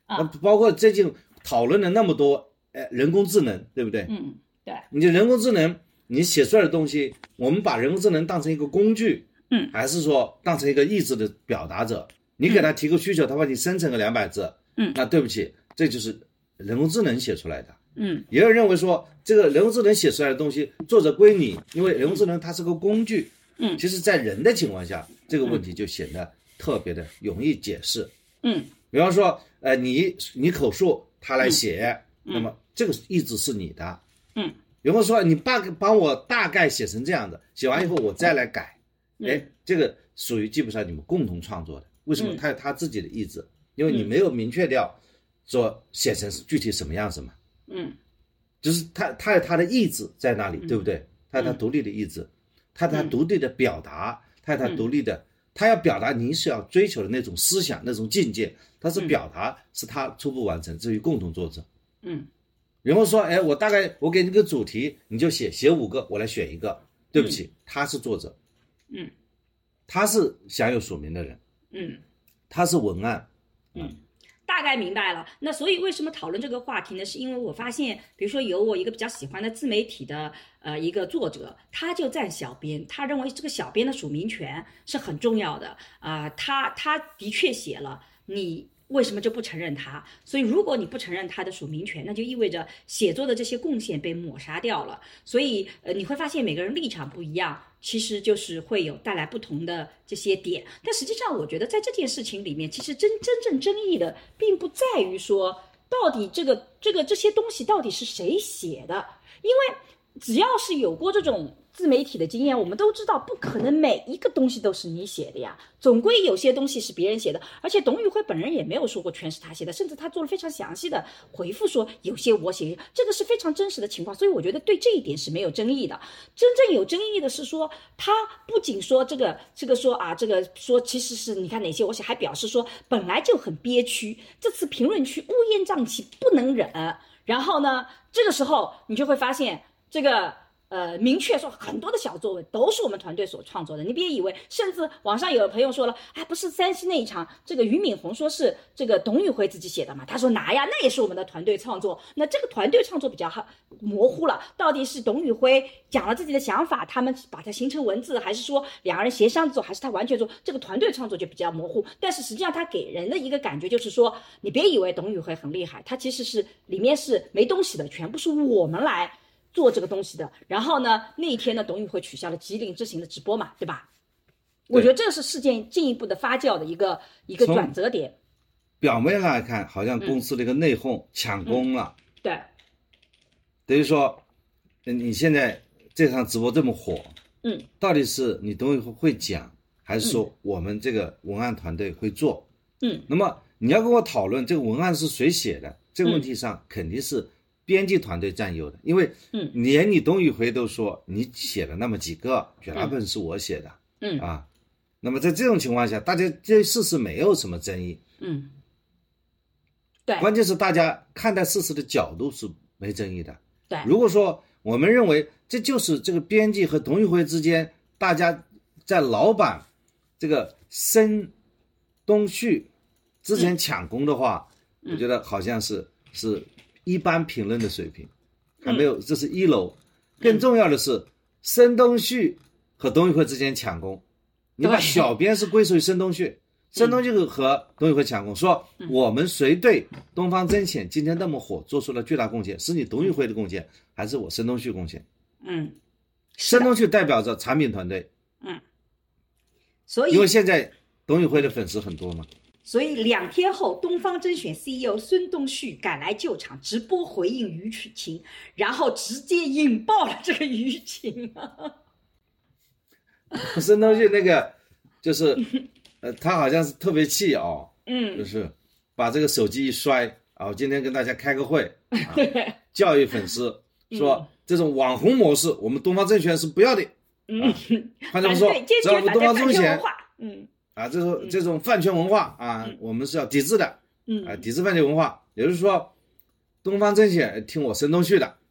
啊那包括最近讨论了那么多，呃，人工智能，对不对？ 嗯，对。 你的人工智能，你写出来的东西，我们把人工智能当成一个工具， 嗯， 还是说当成一个意志的表达者？你给他提个需求，他帮你生成个两百字， 嗯， 那对不起，这就是人工智能写出来的。 嗯， 也有人认为说，这个人工智能写出来的东西，作者归你，因为人工智能它是个工具。 嗯， 其实，在人的情况下，这个问题就显得特别的容易解释。 嗯， 比方说，呃，你你口述，他来写，嗯、那么这个意志是你的。 嗯， 比方说，你大帮我大概写成这样的，写完以后我再来改， 嗯、 哎，这个属于基本上你们共同创作的。为什么？ 嗯、 他有他自己的意志，因为你没有明确掉说写成具体什么样子嘛。 嗯， 就是他他有他的意志在那里，对不对？他有他独立的意志，他有他独立的表达，他有他独立的，他要表达你是要追求的那种思想那种境界，他是表达是他初步完成，至于共同作者。 嗯， 然后说，哎，我大概我给你个主题，你就写写五个，我来选一个。对不起，他是作者， 嗯， 他是享有署名的人， 嗯， 他是文案， 嗯。大概明白了，那所以为什么讨论这个话题呢？是因为我发现，比如说有我一个比较喜欢的自媒体的呃一个作者，他就赞小编，他认为这个小编的署名权是很重要的啊、呃，他他的确写了，你为什么就不承认他？所以如果你不承认他的署名权，那就意味着写作的这些贡献被抹杀掉了。所以呃你会发现每个人立场不一样。其实就是会有带来不同的这些点，但实际上我觉得在这件事情里面，其实真真正争议的并不在于说到底这个这个这些东西到底是谁写的，因为只要是有过这种自媒体的经验，我们都知道不可能每一个东西都是你写的呀，总归有些东西是别人写的，而且董宇辉本人也没有说过全是他写的，甚至他做了非常详细的回复说有些我写，这个是非常真实的情况，所以我觉得对这一点是没有争议的。真正有争议的是说他不仅说这个这个说啊这个说其实是你看哪些我写，还表示说本来就很憋屈，这次评论区乌烟瘴气不能忍，然后呢这个时候你就会发现这个呃，明确说很多的小作文都是我们团队所创作的，你别以为，甚至网上有的朋友说了，哎，不是山西那一场，这个俞敏洪说是这个董宇辉自己写的嘛？他说拿呀，那也是我们的团队创作。那这个团队创作比较模糊了，到底是董宇辉讲了自己的想法，他们把它形成文字，还是说两个人协商做，还是他完全做？这个团队创作就比较模糊。但是实际上他给人的一个感觉就是说，你别以为董宇辉很厉害，他其实是里面是没东西的，全部是我们来做这个东西的。然后呢，那一天呢，董宇辉取消了吉林之行的直播嘛，对吧？我觉得这是事件进一步的发酵的一个一个转折点。 表面上来看，好像公司的一个内讧、嗯、抢功了， 嗯、对， 等于说你现在这场直播这么火， 嗯， 到底是你董宇辉会讲，还是说我们这个文案团队会做？ 嗯， 那么你要跟我讨论这个文案是谁写的，这个问题上肯定是编辑团队占优的，因为嗯， 连你董宇辉都说你写了那么几个，绝大部分是我写的， 嗯啊，那么在这种情况下，大家对事实没有什么争议， 嗯，对， 关键是大家看待事实的角度是没争议的。 对， 如果说我们认为这就是这个编辑和董宇辉之间，大家在老板这个申东旭之前抢功的话， 嗯、 我觉得好像是是一般评论的水平，还没有，这是一楼。更重要的是，申东旭和董宇辉之间抢功，你把小编是归属于申东旭，申东旭和董宇辉抢功，说我们谁对东方甄选今天那么火做出了巨大贡献，是你董宇辉的贡献，还是我申东旭贡献？ 嗯， 申东旭代表着产品团队， 嗯，所以因为现在董宇辉的粉丝很多嘛。 所以两天后，东方甄选 C E O 孙东旭赶来救场，直播回应舆情，然后直接引爆了这个舆情啊！ 孙东旭那个就是呃，他好像是特别气哦， 嗯， 就是把这个手机一摔啊，我今天跟大家开个会，啊、教育粉丝说、嗯、这种网红模式，我们东方甄选是不要的。 嗯， 换句话说，只要我们东方甄选， 嗯。 啊，这种这种饭圈文化啊、嗯，我们是要抵制的， 嗯， 啊，抵制饭圈文化，也就是说，东方甄选听我申东旭的。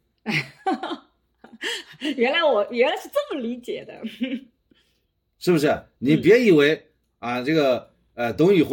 原来我原来是这么理解的， 是不是？你别以为、嗯、啊，这个呃董宇辉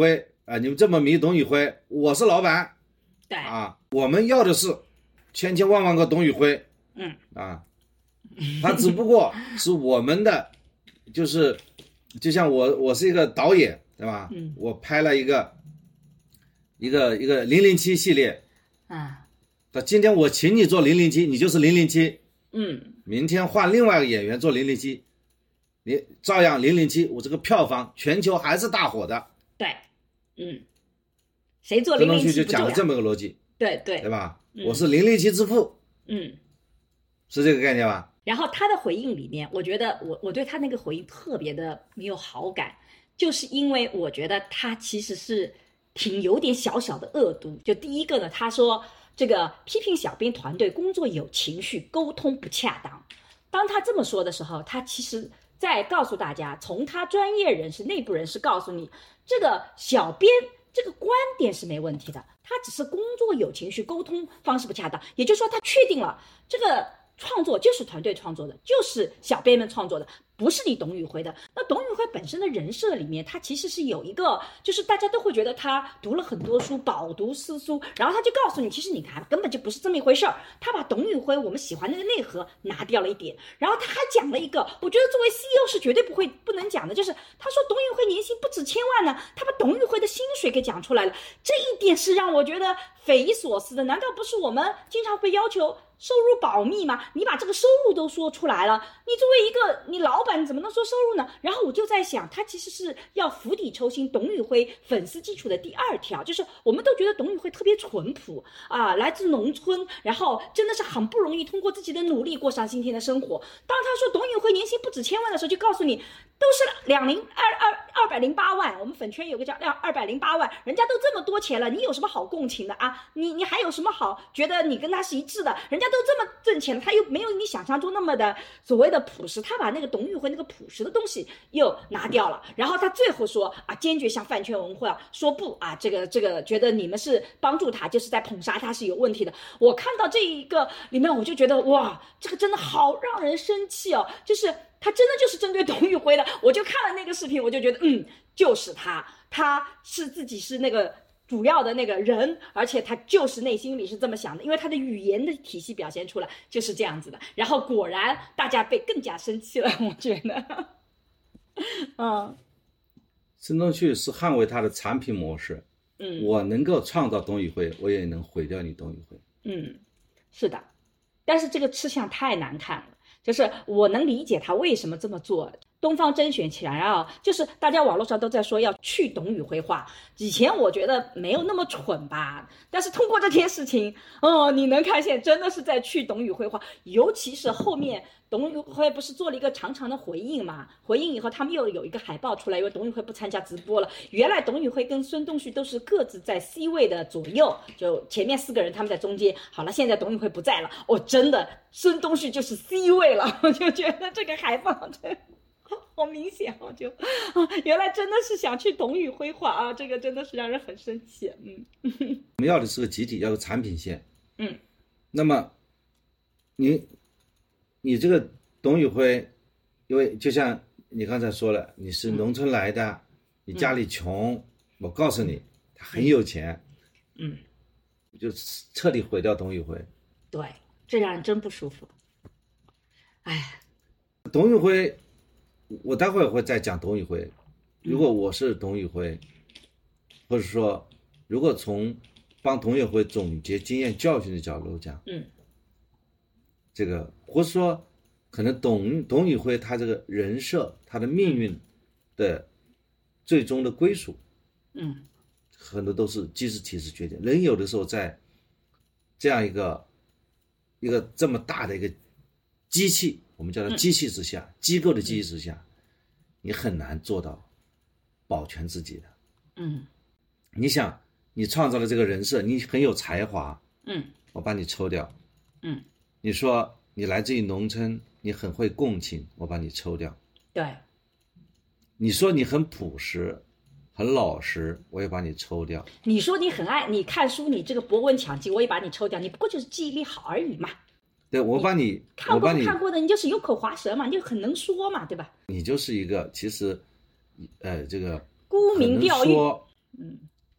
啊，你们这么迷董宇辉，我是老板， 对啊，我们要的是千千万万个董宇辉， 嗯啊，他只不过是我们的，就是就像我我是一个导演，对吧？ 嗯， 我拍了一个一个一个零零七系列， 啊， 那今天我请你做零零七，你就是零零七， 嗯， 明天换另外一个演员做零零七，你照样零零七，我这个票房全球还是大火的。 对，嗯，谁做曾零零七东旭就讲了这么， 么个逻辑， 对对对吧？ 嗯我是零零七之父， 嗯。 是这个概念吧？ 然后他的回应里面，我觉得我我对他那个回应特别的没有好感，就是因为我觉得他其实是挺有点小小的恶毒。就第一个呢，他说这个批评小编团队工作有情绪，沟通不恰当。当他这么说的时候，他其实在告诉大家，从他专业人士、内部人士告诉你，这个小编这个观点是没问题的，他只是工作有情绪，沟通方式不恰当。也就是说，他确定了这个创作就是团队创作的，就是小编们创作的，不是你董宇辉的。那董宇辉本身的人设里面，他其实是有一个，就是大家都会觉得他读了很多书，饱读诗书，然后他就告诉你，其实你看根本就不是这么一回事儿。他把董宇辉我们喜欢那个内核拿掉了一点，然后他还讲了一个，我觉得作为 C E O 是绝对不会不能讲的，就是他说董宇辉年薪不止千万呢，他把董宇辉的薪水给讲出来了，这一点是让我觉得匪夷所思的。难道不是我们经常会要求收入保密吗？你把这个收入都说出来了，你作为一个你老板，你怎么能说收入呢？然后我就在想，他其实是要釜底抽薪董宇辉粉丝基础的第二条，就是我们都觉得董宇辉特别淳朴啊，来自农村，然后真的是很不容易通过自己的努力过上今天的生活。当他说董宇辉年薪不止千万的时候，就告诉你都是两零二二二百零八万，我们粉圈有个叫两二百零八万，人家都这么多钱了，你有什么好共情的啊？你你还有什么好觉得你跟他是一致的？人家都这么挣钱了，他又没有你想象中那么的所谓的朴实，他把那个董宇辉那个朴实的东西又拿掉了。然后他最后说啊，坚决向饭圈文化说不啊，这个这个觉得你们是帮助他，就是在捧杀他是有问题的。我看到这一个里面，我就觉得哇，这个真的好让人生气哦，就是他真的就是针对董宇辉的。我就看了那个视频，我就觉得嗯，就是他，他是自己是那个主要的那个人，而且他就是内心里是这么想的，因为他的语言的体系表现出来就是这样子的。然后果然大家被更加生气了，我觉得。嗯， 申东旭是捍卫他的产品模式， 嗯， 我能够创造董宇辉，我也能毁掉你董宇辉。 嗯，是的，但是这个吃相太难看了，就是我能理解他为什么这么做。东方甄选起来啊，就是大家网络上都在说要去董宇辉化。以前我觉得没有那么蠢吧，但是通过这件事情，哦，你能看见真的是在去董宇辉化。尤其是后面董宇辉不是做了一个长长的回应嘛？回应以后，他们又有一个海报出来，因为董宇辉不参加直播了。原来董宇辉跟孙东旭都是各自在 C 位的左右，就前面四个人他们在中间。好了，现在董宇辉不在了，哦，真的孙东旭就是 C 位了，我就觉得这个海报真。好明显哦，就啊，原来真的是想去董宇辉化啊，这个真的是让人很生气。嗯， 我们要的是个集体，要个产品线。 嗯， 那么你你这个董宇辉，因为就像你刚才说了，你是农村来的，嗯、你家里穷，嗯、我告诉你，他很有钱。 嗯， 就彻底毁掉董宇辉。 对，这让人真不舒服。哎， 董宇辉。我待会儿会再讲董宇辉。如果我是董宇辉，或者说，如果从帮董宇辉总结经验教训的角度讲， 嗯， 这个或者说，可能董董宇辉他这个人设，他的命运的最终的归属， 嗯， 很多都是机制体制决定。人有的时候在这样一个一个这么大的一个机器。我们叫它机器之下，嗯、机构的机器之下，你很难做到保全自己的。 嗯， 你想，你创造了这个人设，你很有才华， 嗯， 我把你抽掉。 嗯， 你说你来自于农村，你很会共情，我把你抽掉。 对。 你说你很朴实，很老实，我也把你抽掉。 你说你很爱你看书，你这个博闻强记，我也把你抽掉。你不过就是记忆力好而已嘛。 对，我把你看过不看过的，你就是有口滑舌嘛，你就很能说嘛，对吧？ 你就是一个其实，呃，这个沽名钓誉， 嗯，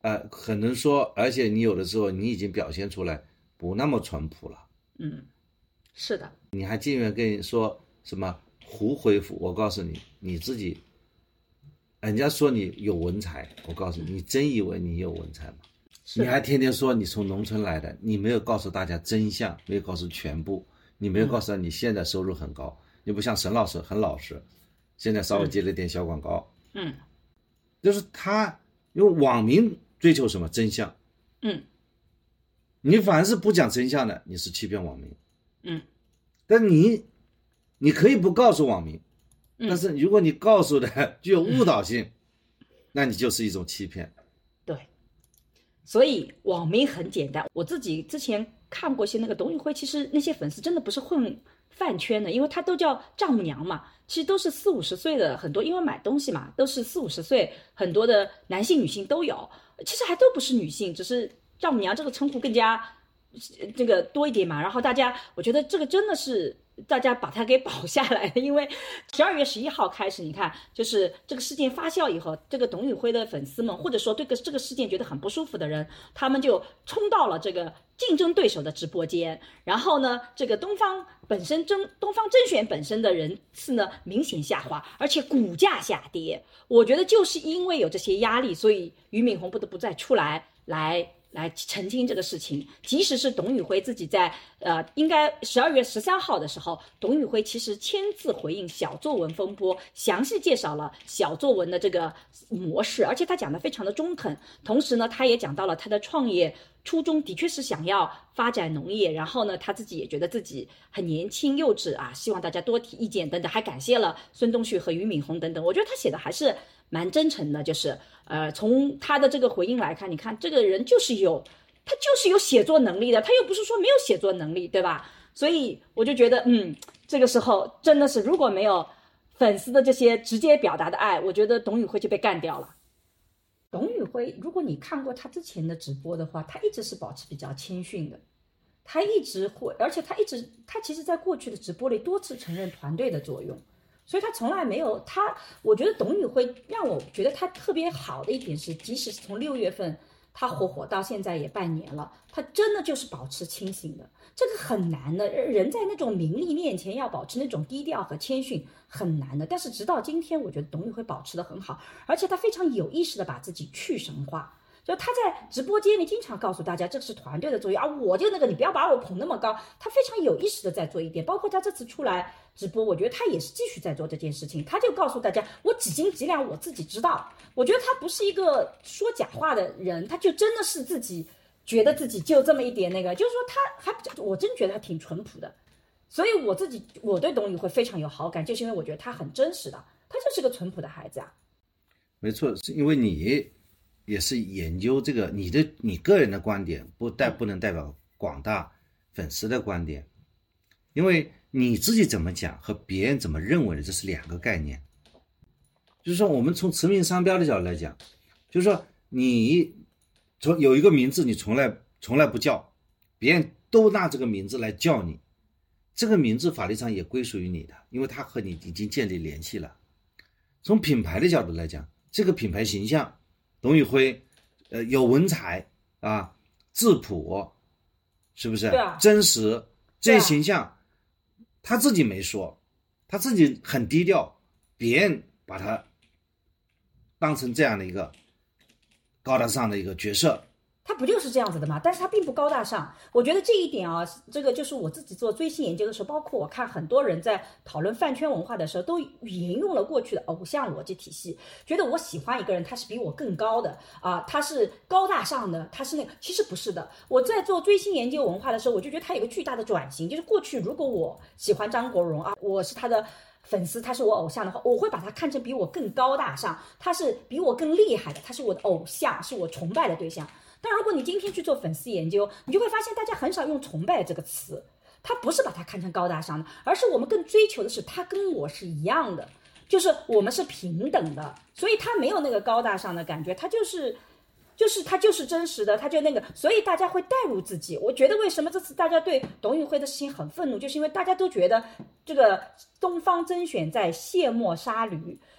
呃，可能说，而且你有的时候你已经表现出来不那么淳朴了。 嗯，是的。 你还竟然跟人说什么胡回复？我告诉你，你自己，人家说你有文采，我告诉你，你真以为你有文采吗？你还天天说你从农村来的，你没有告诉大家真相，没有告诉全部，你没有告诉他你现在收入很高，嗯、你不像沈老师很老实，现在稍微接了点小广告。 嗯， 就是他因为网民追求什么真相。 嗯， 你凡是不讲真相的，你是欺骗网民。 嗯， 但你你可以不告诉网民， 嗯、 但是如果你告诉的具有误导性，嗯、那你就是一种欺骗。 对，所以网民很简单。我自己之前看过一些那个董宇辉，其实那些粉丝真的不是混饭圈的，因为他都叫丈母娘嘛，其实都是四五十岁的，很多因为买东西嘛，都是四五十岁，很多的男性女性都有，其实还都不是女性，只是丈母娘这个称呼更加这个多一点嘛。然后大家，我觉得这个真的是大家把它给保下来了，因为十二月十一号开始，你看，就是这个事件发酵以后，这个董宇辉的粉丝们，或者说对这个事件觉得很不舒服的人，他们就冲到了这个竞争对手的直播间，然后呢，这个东方本身争东方甄选本身的人次呢明显下滑，而且股价下跌。我觉得就是因为有这些压力，所以俞敏洪不得不再出来来。来澄清这个事情，即使是董宇辉自己在呃，应该十二月十三号的时候，董宇辉其实签字回应小作文风波，详细介绍了小作文的这个模式，而且他讲的非常的中肯。同时呢，他也讲到了他的创业初衷的确是想要发展农业，然后呢，他自己也觉得自己很年轻幼稚啊，希望大家多提意见等等，还感谢了孙东旭和俞敏洪等等。我觉得他写的还是蛮真诚的，就是呃，从他的这个回应来看，你看这个人就是有，他就是有写作能力的，他又不是说没有写作能力，对吧？所以我就觉得，嗯，这个时候真的是如果没有粉丝的这些直接表达的爱，我觉得董宇辉就被干掉了。董宇辉，如果你看过他之前的直播的话，他一直是保持比较谦逊的，他一直会，而且他一直，他其实在过去的直播里多次承认团队的作用。所以他从来没有他，我觉得董宇辉让我觉得他特别好的一点是，即使是从六月份他火火到现在也半年了，他真的就是保持清醒的，这个很难的。人在那种名利面前要保持那种低调和谦逊很难的。但是直到今天，我觉得董宇辉保持得很好，而且他非常有意识的把自己去神化。就他在直播间里经常告诉大家，这是团队的作用啊，我就那个，你不要把我捧那么高。他非常有意识的在做一点，包括他这次出来直播，我觉得他也是继续在做这件事情。他就告诉大家，我几斤几两我自己知道。我觉得他不是一个说假话的人，他就真的是自己觉得自己就这么一点那个，就是说他还，我真觉得他挺淳朴的。所以我自己我对董宇辉非常有好感，就是因为我觉得他很真实的，他就是个淳朴的孩子啊。 没错，是因为你也是研究这个，你的你个人的观点不代不能代表广大粉丝的观点，因为你自己怎么讲和别人怎么认为的，这是两个概念。就是说，我们从驰名商标的角度来讲，就是说你从有一个名字你从来从来不叫，别人都拿这个名字来叫你，这个名字法律上也归属于你的，因为它和你已经建立联系了。从品牌的角度来讲，这个品牌形象。董宇辉，呃，有文采啊，质朴，是不是？ 对啊， 真实，这些形象，啊、他自己没说，他自己很低调，别人把他当成这样的一个高大上的一个角色。 他不就是这样子的吗？但是他并不高大上。我觉得这一点啊，这个就是我自己做追星研究的时候，包括我看很多人在讨论饭圈文化的时候，都沿用了过去的偶像逻辑体系，觉得我喜欢一个人，他是比我更高的啊，他是高大上的，他是那个，其实不是的。我在做追星研究文化的时候，我就觉得他有个巨大的转型，就是过去如果我喜欢张国荣啊，我是他的粉丝，他是我偶像的话，我会把他看成比我更高大上，他是比我更厉害的，他是我的偶像，是我崇拜的对象。但如果你今天去做粉丝研究，你就会发现大家很少用崇拜这个词，他不是把他看成高大上的，而是我们更追求的是他跟我是一样的，就是我们是平等的，所以他没有那个高大上的感觉，他就是就是他就是真实的，他就那个，所以大家会带入自己。我觉得为什么这次大家对董宇辉的事情很愤怒，就是因为大家都觉得这个东方甄选在卸磨杀驴，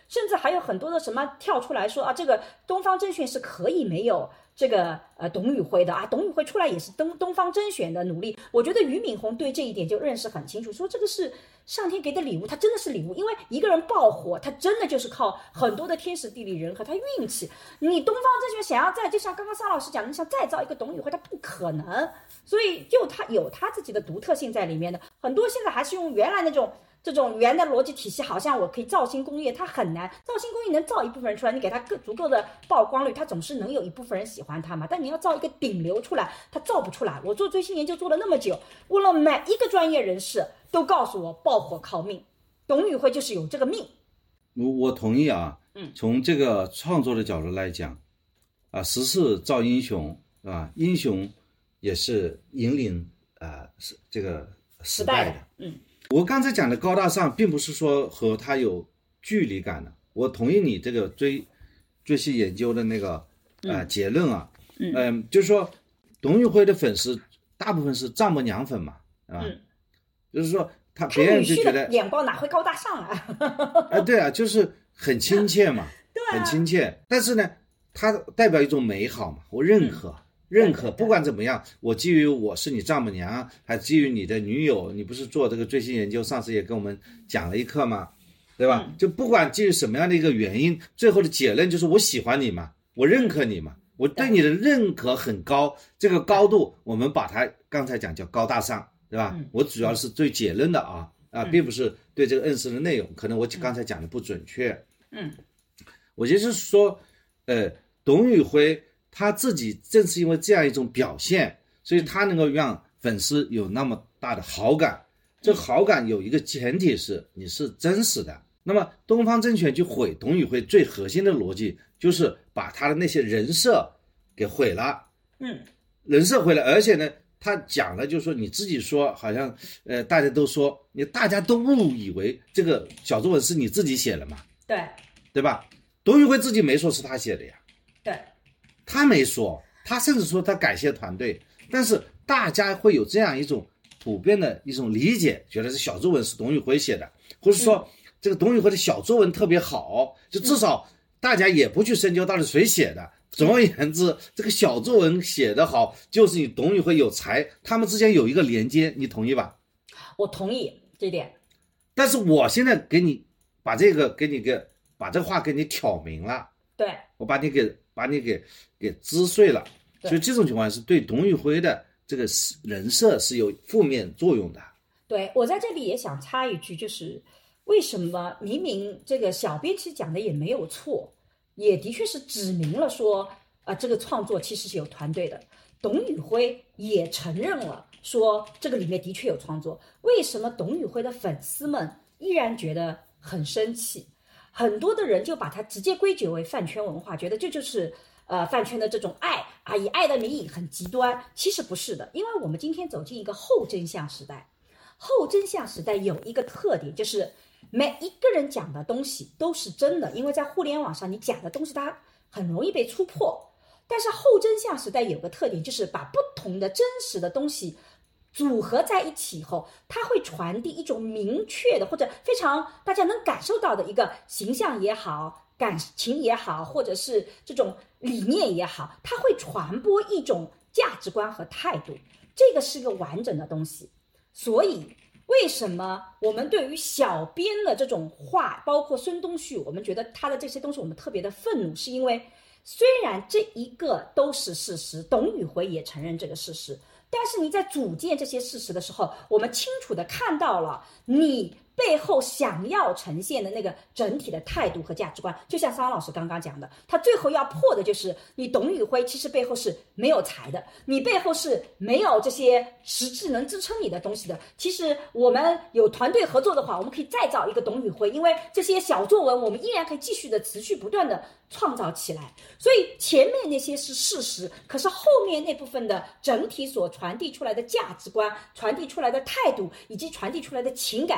甚至还有很多的什么跳出来说啊，这个东方甄选是可以没有这个呃董宇辉的啊，董宇辉出来也是东东方甄选的努力。我觉得俞敏洪对这一点就认识很清楚，说这个是上天给的礼物，他真的是礼物，因为一个人爆火，他真的就是靠很多的天时地利人和，他运气。你东方甄选想要再，就像刚刚沙老师讲的，想再造一个董宇辉，他不可能，所以就他有他自己的独特性在里面的。很多现在还是用原来那种。这种原的逻辑体系，好像我可以造星工业，它很难。造星工业能造一部分人出来，你给他更足够的曝光率，他总是能有一部分人喜欢他嘛。但你要造一个顶流出来，他造不出来。我做追星研究做了那么久，问了每一个专业人士，都告诉我爆火靠命，董宇辉就是有这个命。 我我同意啊， 嗯， 从这个创作的角度来讲，啊，时势造英雄啊，英雄也是引领啊是这个时代的， 代的嗯。 我刚才讲的高大上，并不是说和他有距离感的。我同意你这个追追星研究的那个呃、嗯、结论啊，嗯、呃，就是说董宇辉的粉丝大部分是丈母娘粉嘛，啊，嗯、就是说他别人就觉得眼光哪会高大上啊？ 啊，对啊，就是很亲切嘛， 对、啊， 很亲切。但是呢，它代表一种美好嘛，我认可。嗯认可，不管怎么样，我基于我是你丈母娘，还基于你的女友，你不是做这个追星研究，上次也跟我们讲了一课嘛，对吧？就不管基于什么样的一个原因，最后的结论就是我喜欢你嘛，我认可你嘛，我对你的认可很高，这个高度我们把它刚才讲叫高大上，对吧？我主要是对结论的啊啊，并不是对这个认识的内容，可能我刚才讲的不准确。嗯，我就是说，呃，董宇辉。他自己正是因为这样一种表现，所以他能够让粉丝有那么大的好感。这好感有一个前提是你是真实的。那么东方甄选去毁董宇辉最核心的逻辑就是把他的那些人设给毁了。嗯，人设毁了，而且呢，他讲了就是说你自己说好像呃大家都说你大家都误以为这个小作文是你自己写的嘛？ 对， 对吧？董宇辉自己没说是他写的呀。 对。 他没说，他甚至说他感谢团队，但是大家会有这样一种普遍的一种理解，觉得这小作文是董宇辉写的，或者说这个董宇辉的小作文特别好，就至少大家也不去深究到底谁写的。总而言之，这个小作文写得好，就是你董宇辉有才，他们之间有一个连接，你同意吧？ 我同意这点。 但是我现在给你把这个给你给把这话给你挑明了， 对， 我把你给。把你给给撕碎了，所以这种情况是对董宇辉的这个人设是有负面作用的。 对，我在这里也想插一句，就是为什么明明这个小编其实讲的也没有错，也的确是指明了说啊、呃，这个创作其实是有团队的。董宇辉也承认了说这个里面的确有创作，为什么董宇辉的粉丝们依然觉得很生气？很多的人就把它直接归结为饭圈文化，觉得这就是呃饭圈的这种爱啊，以爱的名义很极端。其实不是的，因为我们今天走进一个后真相时代，后真相时代有一个特点，就是每一个人讲的东西都是真的，因为在互联网上你讲的东西它很容易被戳破。但是后真相时代有个特点，就是把不同的真实的东西组合在一起以后，它会传递一种明确的或者非常大家能感受到的一个形象也好，感情也好，或者是这种理念也好，它会传播一种价值观和态度，这个是个完整的东西。所以为什么我们对于小编的这种话，包括孙东旭，我们觉得他的这些东西我们特别的愤怒，是因为虽然这一个都是事实，董宇辉也承认这个事实，但是你在组建这些事实的时候，我们清楚地看到了你背后想要呈现的那个整体的态度和价值观。就像桑老师刚刚讲的，他最后要破的就是你董宇辉其实背后是没有才的，你背后是没有这些实质能支撑你的东西的。其实我们有团队合作的话，我们可以再造一个董宇辉，因为这些小作文我们依然可以继续的持续不断的创造起来。所以前面那些是事实，可是后面那部分的整体所传递出来的价值观，传递出来的态度以及传递出来的情感，却是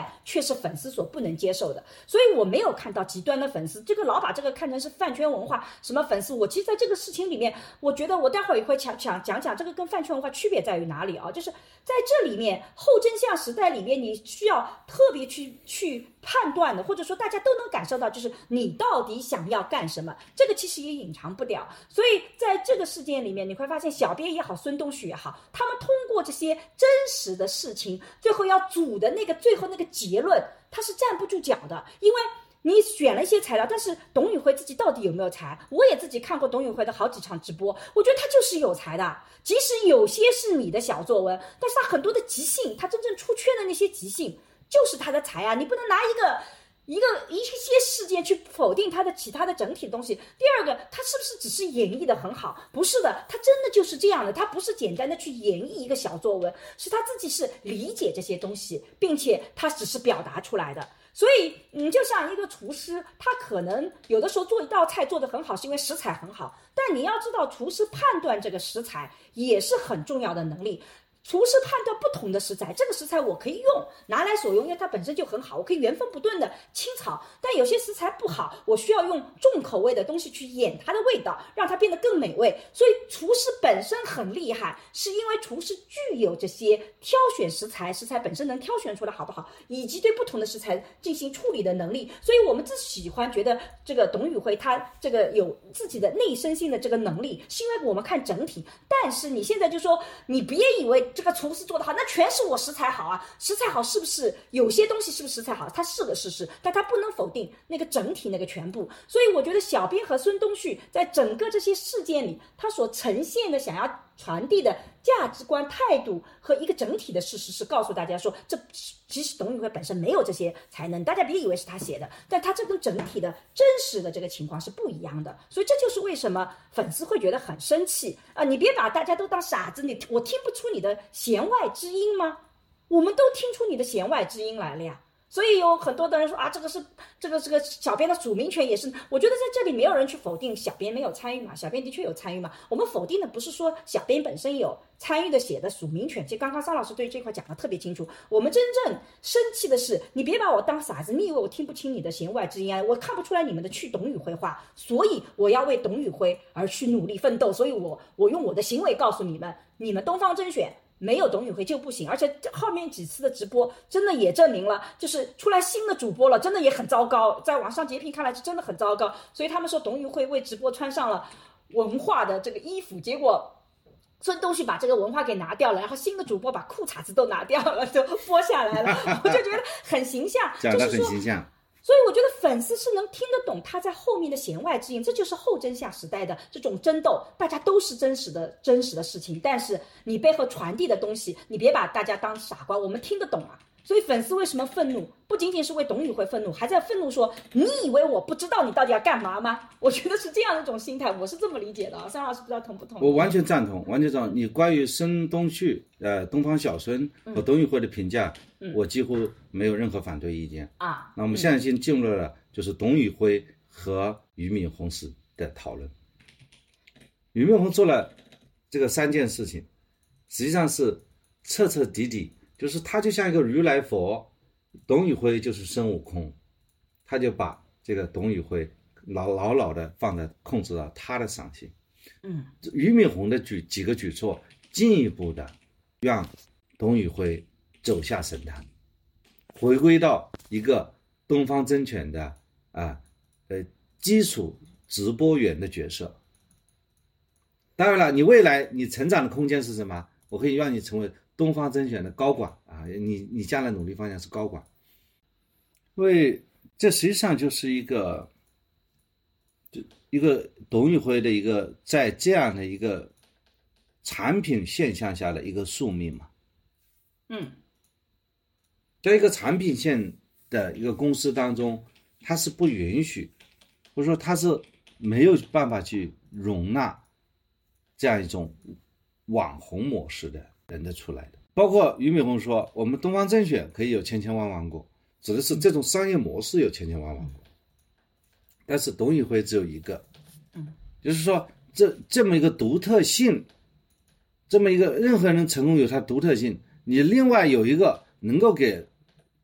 是粉丝所不能接受的。所以我没有看到极端的粉丝，这个老把这个看成是饭圈文化，什么粉丝，我其实在这个事情里面，我觉得我待会儿也会讲讲讲讲这个跟饭圈文化区别在于哪里啊？就是在这里面后真相时代里面，你需要特别去去判断的，或者说大家都能感受到，就是你到底想要干什么，这个其实也隐藏不掉。所以在这个事件里面，你会发现小编也好，孙东旭也好，他们通过这些真实的事情，最后要组的那个最后那个结论，他是站不住脚的。因为你选了一些材料，但是董宇辉自己到底有没有才？我也自己看过董宇辉的好几场直播，我觉得他就是有才的。即使有些是你的小作文，但是他很多的即兴，他真正出圈的那些即兴就是他的才啊！你不能拿一个一个一些事件去否定他的其他的整体的东西。第二个，他是不是只是演绎的很好？不是的，他真的就是这样的。他不是简单的去演绎一个小作文，是他自己是理解这些东西，并且他只是表达出来的。所以，嗯，就像一个厨师，他可能有的时候做一道菜做得很好，是因为食材很好。但你要知道，厨师判断这个食材也是很重要的能力。厨师判断不同的食材，这个食材我可以用，拿来所用，因为它本身就很好，我可以原封不动的清炒。但有些食材不好，我需要用重口味的东西去掩它的味道，让它变得更美味。所以厨师本身很厉害，是因为厨师具有这些挑选食材，食材本身能挑选出来好不好，以及对不同的食材进行处理的能力。所以我们只喜欢觉得这个董宇辉他这个有自己的内生性的这个能力，是因为我们看整体。但是你现在就说，你别以为这个厨师做得好，那全是我食材好啊！食材好是不是有些东西是不是食材好？它是个事实，但它不能否定那个整体那个全部。所以我觉得小编和孙东旭在整个这些事件里，他所呈现的想要传递的价值观、态度和一个整体的事实，是告诉大家说，这其实董宇辉本身没有这些才能，大家别以为是他写的，但他这跟整体的真实的这个情况是不一样的。所以这就是为什么粉丝会觉得很生气啊！你别把大家都当傻子，你我听不出你的弦外之音吗？我们都听出你的弦外之音来了呀。所以有很多的人说啊，这个是这个这个小编的署名权也是，我觉得在这里没有人去否定小编没有参与嘛，小编的确有参与嘛。我们否定的不是说小编本身有参与的写的署名权，其实刚刚桑老师对这块讲的特别清楚。我们真正生气的是，你别把我当傻子，你以为我听不清你的弦外之音啊？我看不出来你们的去董宇辉话，所以我要为董宇辉而去努力奋斗。所以我我用我的行为告诉你们，你们东方甄选没有董宇辉就不行。而且后面几次的直播真的也证明了，就是出来新的主播了，真的也很糟糕，在网上截屏看来是真的很糟糕。所以他们说董宇辉为直播穿上了文化的这个衣服，结果孙东旭把这个文化给拿掉了，然后新的主播把裤衩子都拿掉了，都剥下来了，我就觉得很形象， 讲得很形象。 所以我觉得粉丝是能听得懂他在后面的弦外之音，这就是后真相时代的这种争斗，大家都是真实的真实的事情，但是你背后传递的东西，你别把大家当傻瓜，我们听得懂啊。所以粉丝为什么愤怒，不仅仅是为董宇辉愤怒，还在愤怒说，你以为我不知道你到底要干嘛吗？我觉得是这样的一种心态，我是这么理解的啊。桑老师不知道同不同意？ 我完全赞同，完全赞同。你关于孙东旭、呃东方小孙和董宇辉的评价，嗯、我几乎没有任何反对意见啊。那我们现在先进入了就是董宇辉和俞敏洪时的讨论。俞敏洪做了这个三件事情，实际上是彻彻底底。就是他就像一个如来佛，董宇辉就是孙悟空，他就把这个董宇辉牢牢牢的放在控制到他的上心。嗯，俞敏洪的举几个举措，进一步的让董宇辉走下神坛，回归到一个东方甄选的啊呃基础直播员的角色。当然了，你未来你成长的空间是什么？我可以让你成为东方甄选的高管啊，你你将来努力方向是高管，因为这实际上就是一个，就一个董宇辉的一个在这样的一个产品现象下的一个宿命嘛。嗯，在一个产品线的一个公司当中，它是不允许，或者说它是没有办法去容纳这样一种网红模式的人的出来的。包括俞敏洪说我们东方甄选可以有千千万万个，指的是这种商业模式有千千万万个，但是董宇辉只有一个，就是说这这么一个独特性，这么一个任何人成功有他独特性，你另外有一个能够给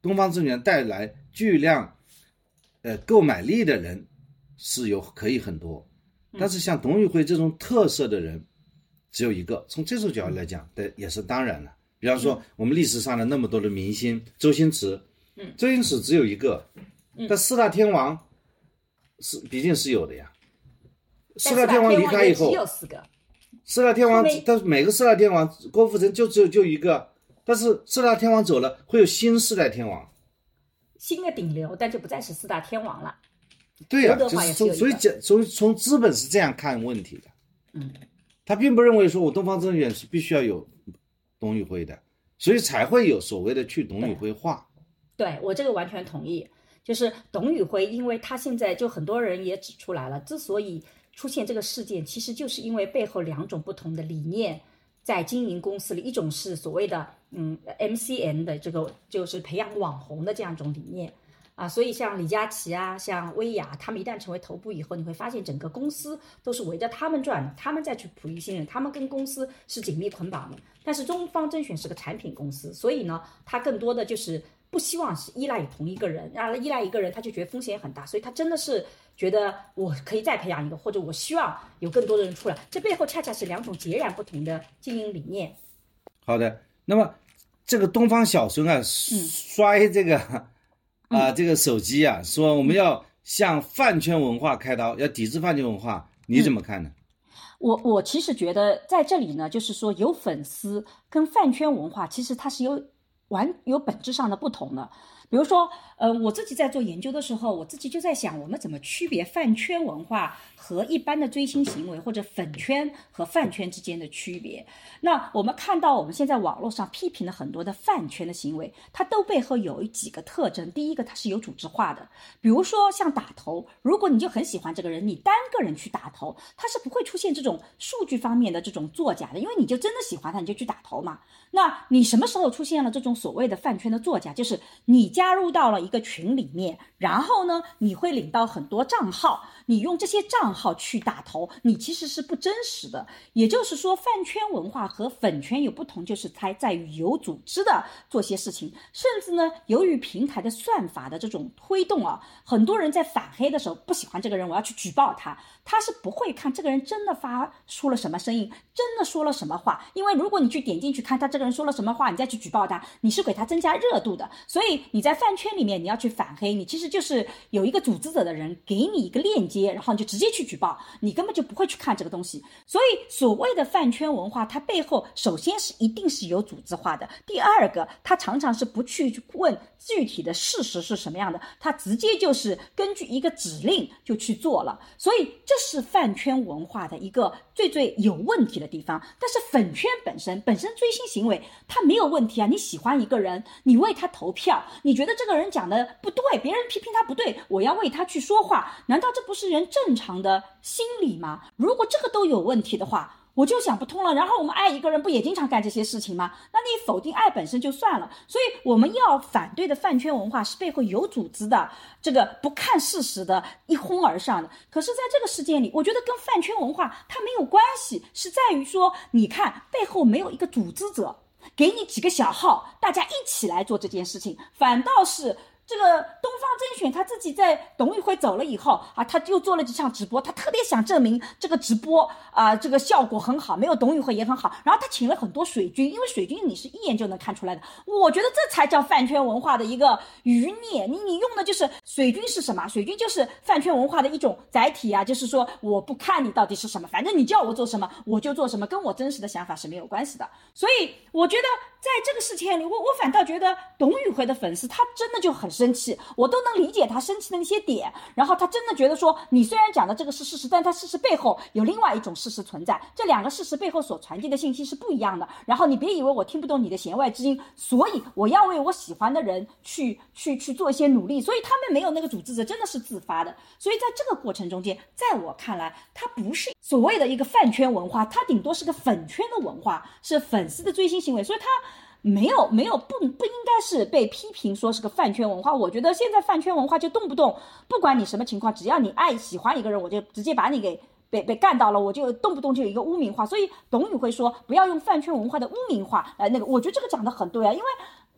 东方甄选带来巨量呃购买力的人是有可以很多，但是像董宇辉这种特色的人只有一个，从这种角度来讲的也是当然了。比方说我们历史上的那么多的明星，周星驰，嗯，周星驰只有一个，但四大天王是毕竟是有的呀。四大天王离开以后， 只有四个。 四大天王，但是每个四大天王，郭富城就只有就一个，但是四大天王走了，会有新四代天王， 新的顶流，但就不再是四大天王了。 对呀、啊，就是从所以讲，从从资本是这样看问题的。嗯，他并不认为说我东方甄选是必须要有董宇辉的，所以才会有所谓的去董宇辉化。 对，对我这个完全同意。就是董宇辉，因为他现在就很多人也指出来了，之所以出现这个事件，其实就是因为背后两种不同的理念在经营公司里，一种是所谓的嗯 M C N 的这个就是培养网红的这样一种理念啊，所以像李佳琦啊，像薇娅，他们一旦成为头部以后，你会发现整个公司都是围着他们转的，他们再去哺育新人，他们跟公司是紧密捆绑的。但是东方甄选是个产品公司，所以呢，它更多的就是不希望是依赖于同一个人，然后依赖一个人他就觉得风险很大，所以他真的是觉得我可以再培养一个，或者我希望有更多的人出来，这背后恰恰是两种截然不同的经营理念。 好的，那么这个东方小孙啊，摔这个啊、嗯呃、这个手机啊，说我们要向饭圈文化开刀，要抵制饭圈文化，你怎么看呢？嗯我我其实觉得在这里呢，就是说有粉丝跟饭圈文化，其实它是有完有本质上的不同的。比如说，呃，我自己在做研究的时候，我自己就在想，我们怎么区别饭圈文化和一般的追星行为，或者粉圈和饭圈之间的区别。那我们看到我们现在网络上批评了很多的饭圈的行为，它都背后有几个特征。第一个，它是有组织化的，比如说像打头，如果你就很喜欢这个人，你单个人去打头，它是不会出现这种数据方面的这种作假的，因为你就真的喜欢他，你就去打头嘛。那你什么时候出现了这种所谓的饭圈的作假，就是你加入到了一个群里面，然后呢，你会领到很多账号，你用这些账号去打头，你其实是不真实的。也就是说，饭圈文化和粉圈有不同，就是它在于有组织的做些事情，甚至呢，由于平台的算法的这种推动啊，很多人在反黑的时候不喜欢这个人，我要去举报他，他是不会看这个人真的发出了什么声音，真的说了什么话，因为如果你去点进去看他这个人说了什么话，你再去举报他，你是给他增加热度的。所以你在饭圈里面你要去反黑，你其实就是有一个组织者的人给你一个链接，然后你就直接去举报，你根本就不会去看这个东西。所以所谓的饭圈文化，它背后首先是一定是有组织化的，第二个它常常是不去问具体的事实是什么样的，它直接就是根据一个指令就去做了。所以这是饭圈文化的一个最最有问题的地方。但是粉圈本身本身追星行为它没有问题啊，你喜欢一个人，你为他投票，你觉得这个人讲的不对，别人批评他不对，我要为他去说话，难道这不是人正常的心理吗？如果这个都有问题的话，我就想不通了。然后我们爱一个人不也经常干这些事情吗？那你否定爱本身就算了。所以我们要反对的饭圈文化是背后有组织的，这个不看事实的一哄而上的。可是在这个事件里，我觉得跟饭圈文化它没有关系，是在于说你看背后没有一个组织者给你几个小号，大家一起来做这件事情，反倒是这个东方甄选他自己在董宇辉走了以后啊，他又做了几场直播，他特别想证明这个直播啊、呃，这个效果很好，没有董宇辉也很好。然后他请了很多水军，因为水军你是一眼就能看出来的。我觉得这才叫饭圈文化的一个余孽。你你用的就是水军是什么？水军就是饭圈文化的一种载体啊，就是说我不看你到底是什么，反正你叫我做什么我就做什么，跟我真实的想法是没有关系的。所以我觉得在这个事件里，我我反倒觉得董宇辉的粉丝他真的就很生气，我都能理解他生气的那些点。然后他真的觉得说，你虽然讲的这个是事实，但他事实背后有另外一种事实存在，这两个事实背后所传递的信息是不一样的。然后你别以为我听不懂你的弦外之音，所以我要为我喜欢的人去去去做一些努力。所以他们没有那个组织者，真的是自发的。所以在这个过程中间，在我看来，它不是所谓的一个饭圈文化，它顶多是个粉圈的文化，是粉丝的追星行为。所以它没有没有不不应该是被批评说是个饭圈文化。我觉得现在饭圈文化就动不动，不管你什么情况，只要你爱喜欢一个人，我就直接把你给被被干到了，我就动不动就有一个污名化。所以董宇辉说不要用饭圈文化的污名化来那个，我觉得这个讲得很对啊，因为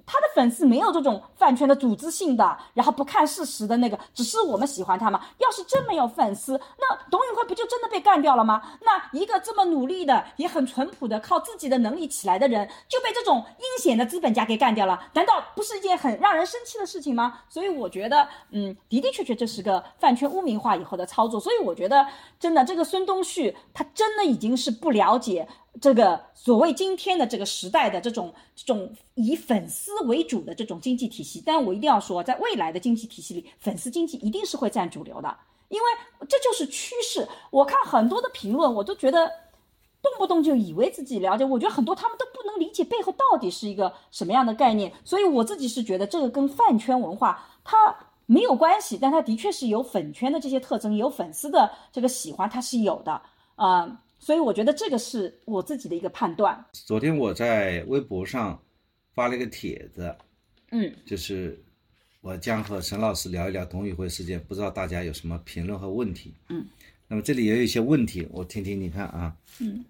他的粉丝没有这种饭圈的组织性的，然后不看事实的那个，只是我们喜欢他嘛。要是真没有粉丝，那董宇辉不就真的被干掉了吗？那一个这么努力的，也很淳朴的，靠自己的能力起来的人，就被这种阴险的资本家给干掉了，难道不是一件很让人生气的事情吗？所以我觉得，嗯，的的确确这是个饭圈污名化以后的操作。所以我觉得，真的这个孙东旭，他真的已经是不了解这个所谓今天的这个时代的这种这种以粉丝为主的这种经济体系。但我一定要说，在未来的经济体系里，粉丝经济一定是会占主流的，因为这就是趋势。我看很多的评论，我都觉得动不动就以为自己了解，我觉得很多他们都不能理解背后到底是一个什么样的概念。所以我自己是觉得这个跟饭圈文化它没有关系，但它的确是有粉圈的这些特征，有粉丝的这个喜欢，它是有的啊、呃。所以我觉得这个是我自己的一个判断。 昨天我在微博上发了一个帖子， 嗯， 就是我将和沈老师聊一聊董宇辉事件，不知道大家有什么评论和问题。 嗯， 那么这里也有一些问题，我听听你看啊。 嗯，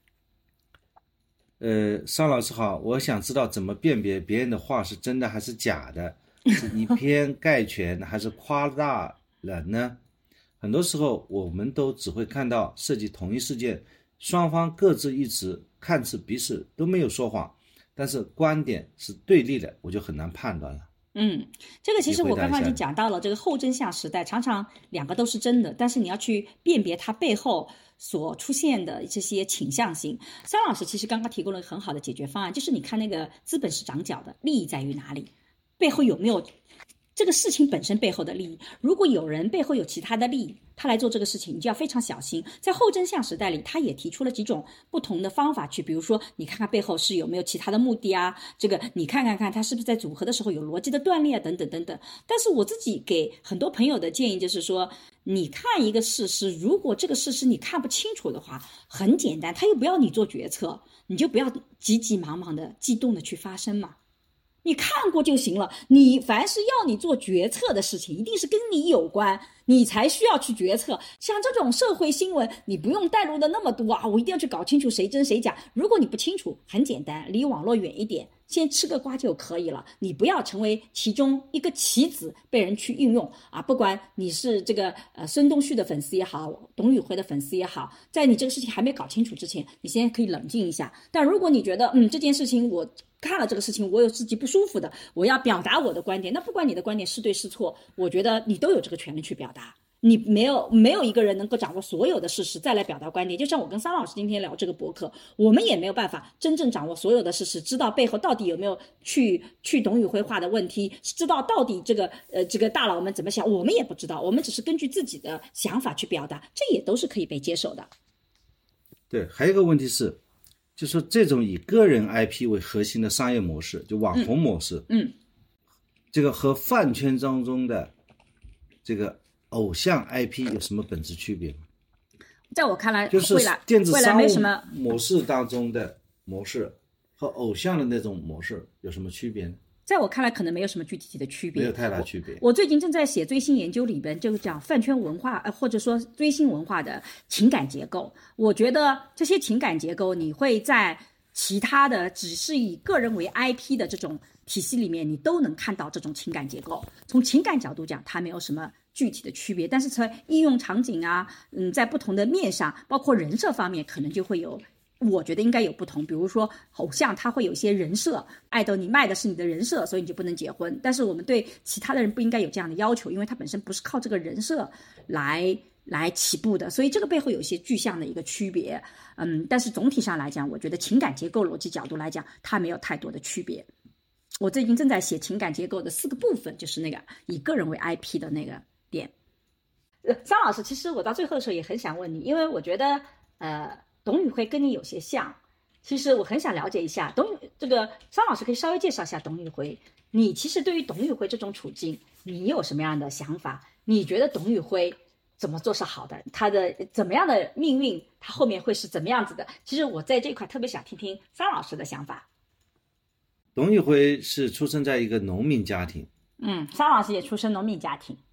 呃，邵老师好，我想知道怎么辨别别人的话是真的还是假的，是以偏概全还是夸大了呢？很多时候我们都只会看到涉及同一事件，双方各执一词，看似彼此都没有说谎，但是观点是对立的，我就很难判断了。 嗯，这个其实我刚刚已经讲到了，这个后真相时代常常两个都是真的，但是你要去辨别它背后所出现的这些倾向性。桑老师其实刚刚提供了一个很好的解决方案，就是你看那个资本是长脚的，利益在于哪里，背后有没有这个事情本身背后的利益。如果有人背后有其他的利益，他来做这个事情，你就要非常小心。在后真相时代里，他也提出了几种不同的方法去，比如说你看看背后是有没有其他的目的啊，这个你看看看他是不是在组合的时候有逻辑的断裂啊，等等等等。但是我自己给很多朋友的建议就是说，你看一个事实，如果这个事实你看不清楚的话，很简单，他又不要你做决策，你就不要急急忙忙的激动的去发声嘛。你看过就行了，你凡是要你做决策的事情，一定是跟你有关，你才需要去决策。像这种社会新闻，你不用带入的那么多啊，我一定要去搞清楚谁真谁假。如果你不清楚，很简单，离网络远一点，先吃个瓜就可以了。你不要成为其中一个棋子被人去运用啊！不管你是这个呃孙东旭的粉丝也好，董宇辉的粉丝也好，在你这个事情还没搞清楚之前，你先可以冷静一下。但如果你觉得嗯这件事情我看了这个事情，我有自己不舒服的，我要表达我的观点。那不管你的观点是对是错，我觉得你都有这个权利去表达。你没有没有一个人能够掌握所有的事实再来表达观点。就像我跟桑老师今天聊这个博客，我们也没有办法真正掌握所有的事实，知道背后到底有没有去去董宇辉化的问题，知道到底这个呃这个大佬们怎么想，我们也不知道。我们只是根据自己的想法去表达，这也都是可以被接受的。 对，还有一个问题是，就说这种以个人 I P 为核心的商业模式，就网红模式， 嗯，嗯这个和饭圈当中的这个偶像 I P 有什么本质区别吗？ 在我看来， 就是未来电子商务未来没什么模式当中的模式和偶像的那种模式有什么区别呢？ 在我看来，可能没有什么具体的区别， 没有太大区别。 我, 我最近正在写追星研究里边，就讲饭圈文化，呃，或者说追星文化的情感结构。我觉得这些情感结构，你会在其他的只是以个人为 I P 的这种体系里面，你都能看到这种情感结构。从情感角度讲，它没有什么具体的区别，但是在应用场景啊，嗯，在不同的面上，包括人设方面，可能就会有。我觉得应该有不同，比如说偶像他会有一些人设，爱豆你卖的是你的人设，所以你就不能结婚。但是我们对其他的人不应该有这样的要求，因为他本身不是靠这个人设来来起步的，所以这个背后有一些具象的一个区别。嗯，但是总体上来讲，我觉得情感结构逻辑角度来讲，它没有太多的区别。我最近正在写情感结构的四个部分，就是那个以个人为 I P 的那个点。呃，张老师，其实我到最后的时候也很想问你，因为我觉得呃。董宇辉跟你有些像，其实我很想了解一下董宇这个张老师可以稍微介绍一下董宇辉。你其实对于董宇辉这种处境，你有什么样的想法？你觉得董宇辉怎么做是好的？他的怎么样的命运，他后面会是怎么样子的？其实我在这一块特别想听听张老师的想法。 董宇辉是出生在一个农民家庭， 嗯，张老师也出身农民家庭，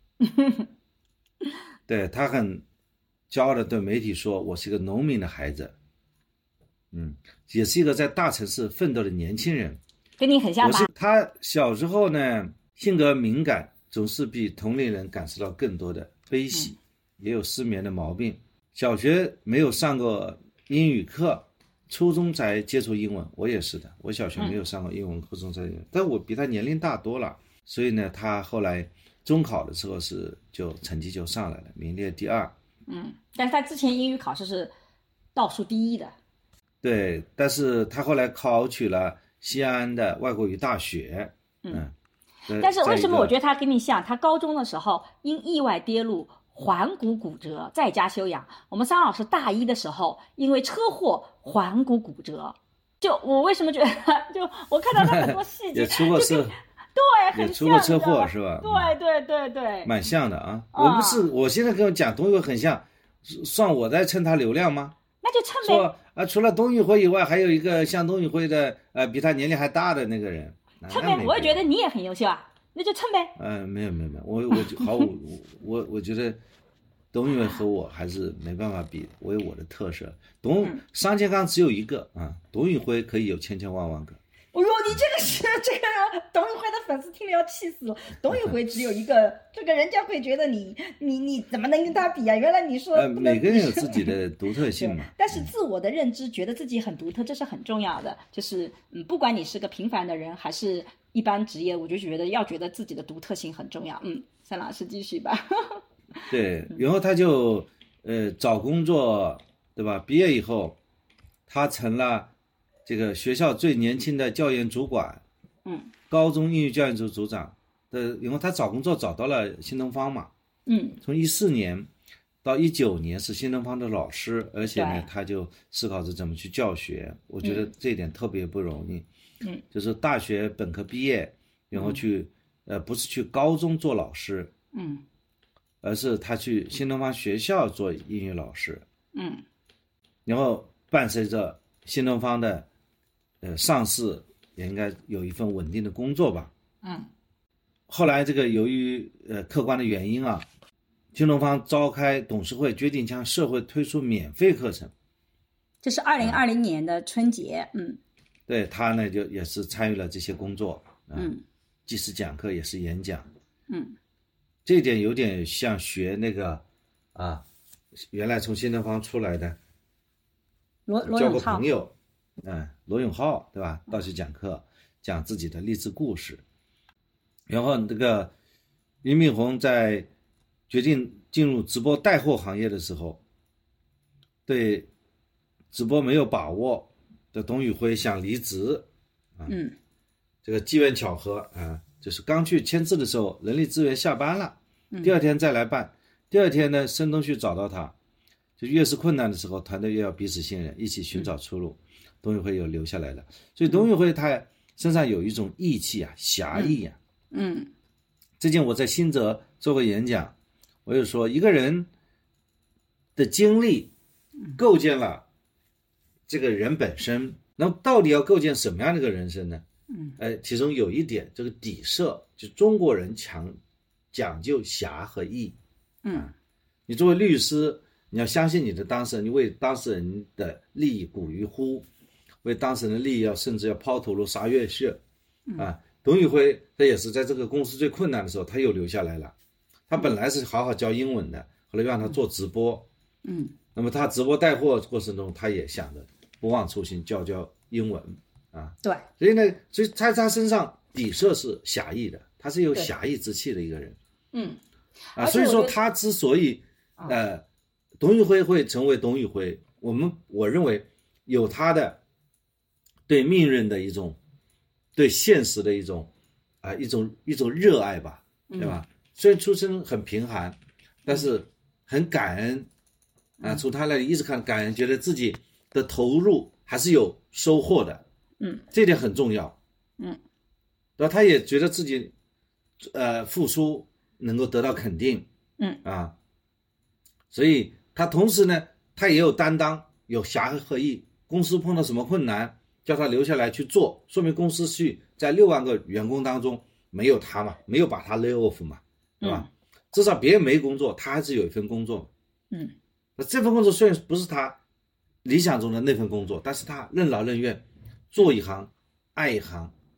对，他很骄傲的对媒体说，我是一个农民的孩子，嗯，也是一个在大城市奋斗的年轻人。 跟你很像吧？ 他小时候呢，性格敏感，总是比同龄人感受到更多的悲喜，嗯、也有失眠的毛病。小学没有上过英语课，初中才接触英文。我也是的，我小学没有上过英文，初中才、嗯，但我比他年龄大多了，所以呢，他后来中考的时候是就成绩就上来了，名列第二。 嗯，但是他之前英语考试是倒数第一的。 对，但是他后来考取了西安的外国语大学。嗯， 嗯但是为什么我觉得他跟你像？他高中的时候因意外跌入环骨骨折，在家休养。我们桑老师大一的时候因为车祸环骨骨折。就我为什么觉得，就我看到他很多细节， 也出过事， 对，很像， 也出过车祸是吧？ 对对对对， 蛮像的啊。嗯、我不是，我现在跟我讲董宇辉很像，算我在蹭他流量吗？ 那就蹭呗。 说啊，除了董宇辉以外，还有一个像董宇辉的，呃，比他年龄还大的那个人。 蹭呗，我也觉得你也很优秀啊，那就蹭呗。 嗯、呃，没有没有没有，我我毫无我我觉得董宇辉和我还是没办法比，我有我的特色。董、嗯、商建刚只有一个啊，董宇辉可以有千千万万个。 哎呦，你这个是这个董宇辉的粉丝听了要气死了。董宇辉只有一个，这个人家会觉得你你你怎么能跟他比啊？原来你说呃，每个人有自己的独特性嘛。 但是自我的认知，觉得自己很独特，这是很重要的。就是嗯，不管你是个平凡的人还是一般职业，我就觉得要觉得自己的独特性很重要。嗯，三老师继续吧。 对，然后他就呃找工作，对吧？毕业以后，他成了这个学校最年轻的教研主管， 嗯， 高中英语教研组组长的。因为他找工作找到了新东方嘛， 嗯， 从一四年到一九年是新东方的老师，而且呢，他就思考着怎么去教学。我觉得这一点特别不容易， 嗯， 就是大学本科毕业，然后去、嗯、呃不是去高中做老师， 嗯。 而是他去新东方学校做英语老师， 嗯， 然后伴随着新东方的呃上市，也应该有一份稳定的工作吧。 嗯， 后来这个由于呃客观的原因啊，新东方召开董事会，决定向社会推出免费课程。 这是二零二零年的春节，嗯， 对他呢就也是参与了这些工作， 呃、嗯， 既是讲课也是演讲， 嗯。 这一点有点像学那个啊，原来从新东方出来的罗罗交个朋友，嗯，罗永浩对吧？到处讲课，讲自己的励志故事。然后这个俞敏洪在决定进入直播带货行业的时候，对直播没有把握的董宇辉想离职，啊， 嗯， 这个机缘巧合啊。就是刚去签字的时候，人力资源下班了，第二天再来办。嗯、第二天呢，申东旭找到他，就越是困难的时候，团队越要彼此信任，一起寻找出路。嗯、董宇辉又留下来了，所以董宇辉他身上有一种义气啊，侠义啊。 嗯， 最近我在新泽做过演讲，我就说一个人的经历构建了这个人本身，那么到底要构建什么样的一个人生呢？ 嗯， 呃，其中有一点，这个底色，就中国人强讲究侠和义。 嗯， 你作为律师，你要相信你的当事人，你为当事人的利益鼓于呼，为当事人的利益要甚至要抛头颅洒热血。啊，董宇辉他也是在这个公司最困难的时候，他又留下来了。他本来是好好教英文的，后来让他做直播。 嗯， 那么他直播带货过程中，他也想着不忘初心，教教英文。啊， 对， 所以呢，所以在他身上底色是侠义的，他是有侠义之气的一个人。 嗯， 啊，所以说他之所以呃，董宇辉会成为董宇辉，我们我认为有他的对命运的一种、对现实的一种啊、呃、一种一种热爱吧，对吧？嗯、虽然出身很贫寒，但是很感恩啊，从他那里一直看感恩，觉得自己的投入还是有收获的。 嗯， 这点很重要。 嗯， 然后他也觉得自己，呃，付出能够得到肯定。 嗯啊，所以他同时呢，他也有担当，有侠和义。公司碰到什么困难，叫他留下来去做，说明公司去在六万个员工当中没有他嘛，没有把他 lay off 嘛，对吧？嗯、至少别人没工作，他还是有一份工作。 嗯， 那这份工作虽然不是他理想中的那份工作，但是他任劳任怨。做一行爱一行，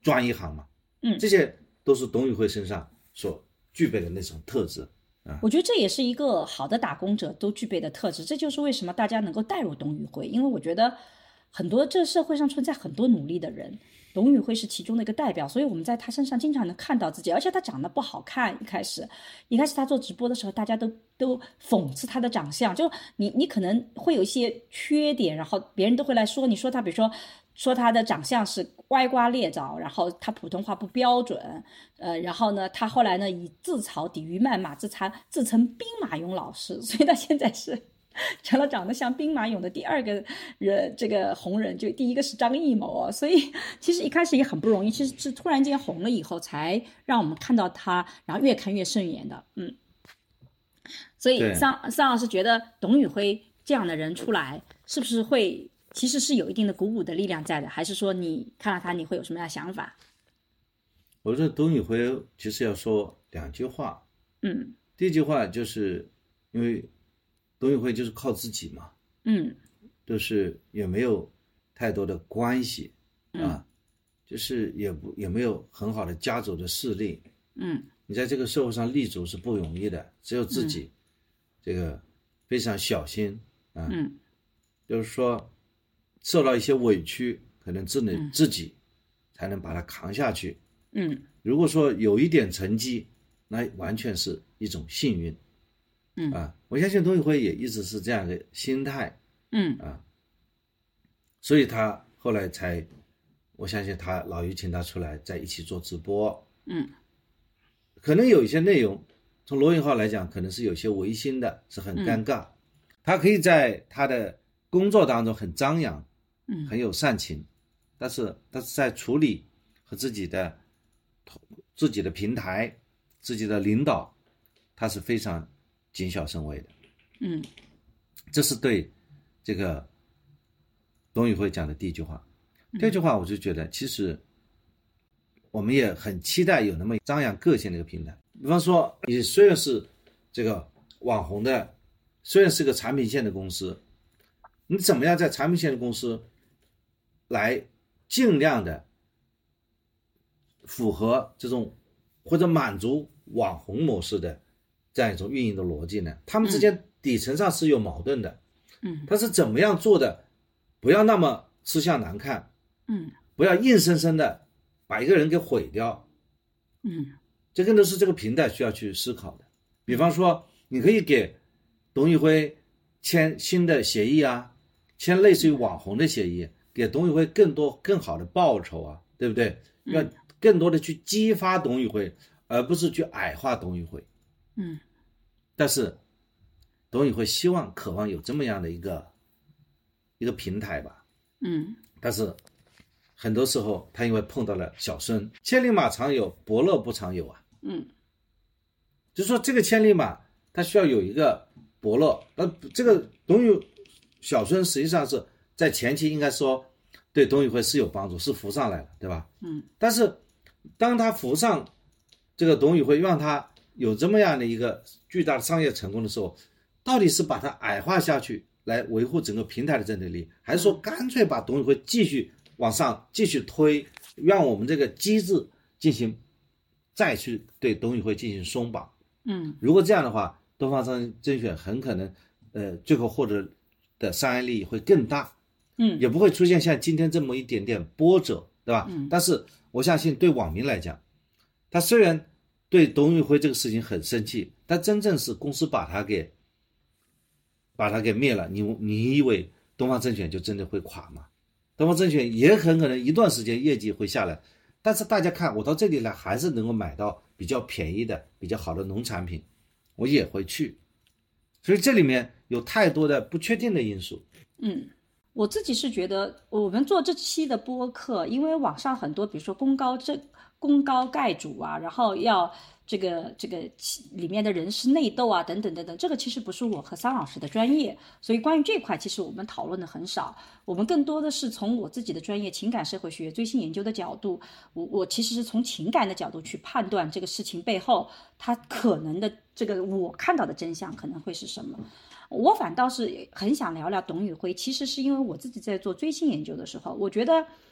专一行嘛， 嗯， 这些都是董宇辉身上所具备的那种特质。 我觉得这也是一个好的打工者都具备的特质，这就是为什么大家能够带入董宇辉，因为我觉得很多这社会上存在很多努力的人，董宇辉是其中的一个代表，所以我们在他身上经常能看到自己，而且他长得不好看，一开始一开始他做直播的时候，大家都都讽刺他的长相，就你你可能会有一些缺点，然后别人都会来说，你说他比如说说他的长相是歪瓜裂枣，然后他普通话不标准，呃，然后呢，他后来呢以自嘲抵御谩骂，自称自称兵马俑老师，所以他现在是成了长得像兵马俑的第二个人，这个红人，就第一个是张艺谋哦，所以其实一开始也很不容易，其实是突然间红了以后，才让我们看到他，然后越看越顺眼的，嗯。所以桑桑老师觉得董宇辉这样的人出来，是不是会其实是有一定的鼓舞的力量在的？还是说你看到他你会有什么样的想法？ 我觉得董宇辉其实要说两句话， 嗯， 第一句话就是因为董宇辉就是靠自己嘛， 嗯， 就是也没有太多的关系啊， 嗯、 就是也不也没有很好的家族的势力， 嗯， 你在这个社会上立足是不容易的，只有自己、 嗯、 这个非常小心啊， 嗯， 就是说受到一些委屈，可能只能自己才能把它扛下去， 嗯， 如果说有一点成绩，那完全是一种幸运。 嗯啊，我相信董宇辉也一直是这样的心态， 嗯啊，所以他后来才，我相信他老于请他出来在一起做直播， 嗯， 可能有一些内容，从罗永浩来讲，可能是有些违心的，是很尴尬，嗯、他可以在他的工作当中很张扬， 嗯， 很有煽情，但是但是在处理和自己的自己的平台、自己的领导，他是非常谨小慎微的， 嗯， 这是对这个董宇辉讲的第一句话。第二句话，我就觉得其实我们也很期待有那么张扬个性的一个平台。比方说，你虽然是这个网红的，虽然是个产品线的公司，你怎么样在产品线的公司来尽量的符合这种或者满足网红模式的这样一种运营的逻辑呢？他们之间底层上是有矛盾的， 嗯， 他是怎么样做的，不要那么吃相难看， 嗯， 不要硬生生的把一个人给毁掉， 嗯， 这更多是这个平台需要去思考的。比方说，你可以给董宇辉签新的协议啊，签类似于网红的协议，给董宇辉更多更好的报酬啊，对不对？要更多的去激发董宇辉，而不是去矮化董宇辉。 嗯， 但是董宇辉希望渴望有这么样的一个一个平台吧， 嗯， 但是很多时候他因为碰到了小孙，千里马常有，伯乐不常有啊， 嗯， 就是说这个千里马它需要有一个伯乐，那这个董宇小孙实际上是在前期应该说对董宇辉是有帮助，是扶上来了，对吧？ 嗯， 但是当他扶上这个董宇辉，让他有这么样的一个巨大的商业成功的时候，到底是把它矮化下去来维护整个平台的竞争力，还是说干脆把董宇辉继续往上继续推，让我们这个机制进行再去对董宇辉进行松绑？ 嗯， 如果这样的话，东方甄选很可能呃最后获得的商业利益会更大， 嗯， 也不会出现像今天这么一点点波折，对吧？ 嗯， 但是我相信对网民来讲，他虽然对董宇辉这个事情很生气，但真正是公司把他给把他给灭了，你你以为东方甄选就真的会垮吗？东方甄选也很可能一段时间业绩会下来，但是大家看我到这里来还是能够买到比较便宜的比较好的农产品，我也会去，所以这里面有太多的不确定的因素。 嗯，我自己是觉得我们做这期的播客，因为网上很多比如说功高这功高盖主啊，然后要这个这个里面的人事内斗啊等等等等，这个其实不是我和桑老师的专业，所以关于这块其实我们讨论的很少，我们更多的是从我自己的专业情感社会学追星研究的角度，我我其实是从情感的角度去判断这个事情背后它可能的这个我看到的真相可能会是什么。我反倒是很想聊聊董宇辉，其实是因为我自己在做追星研究的时候，我觉得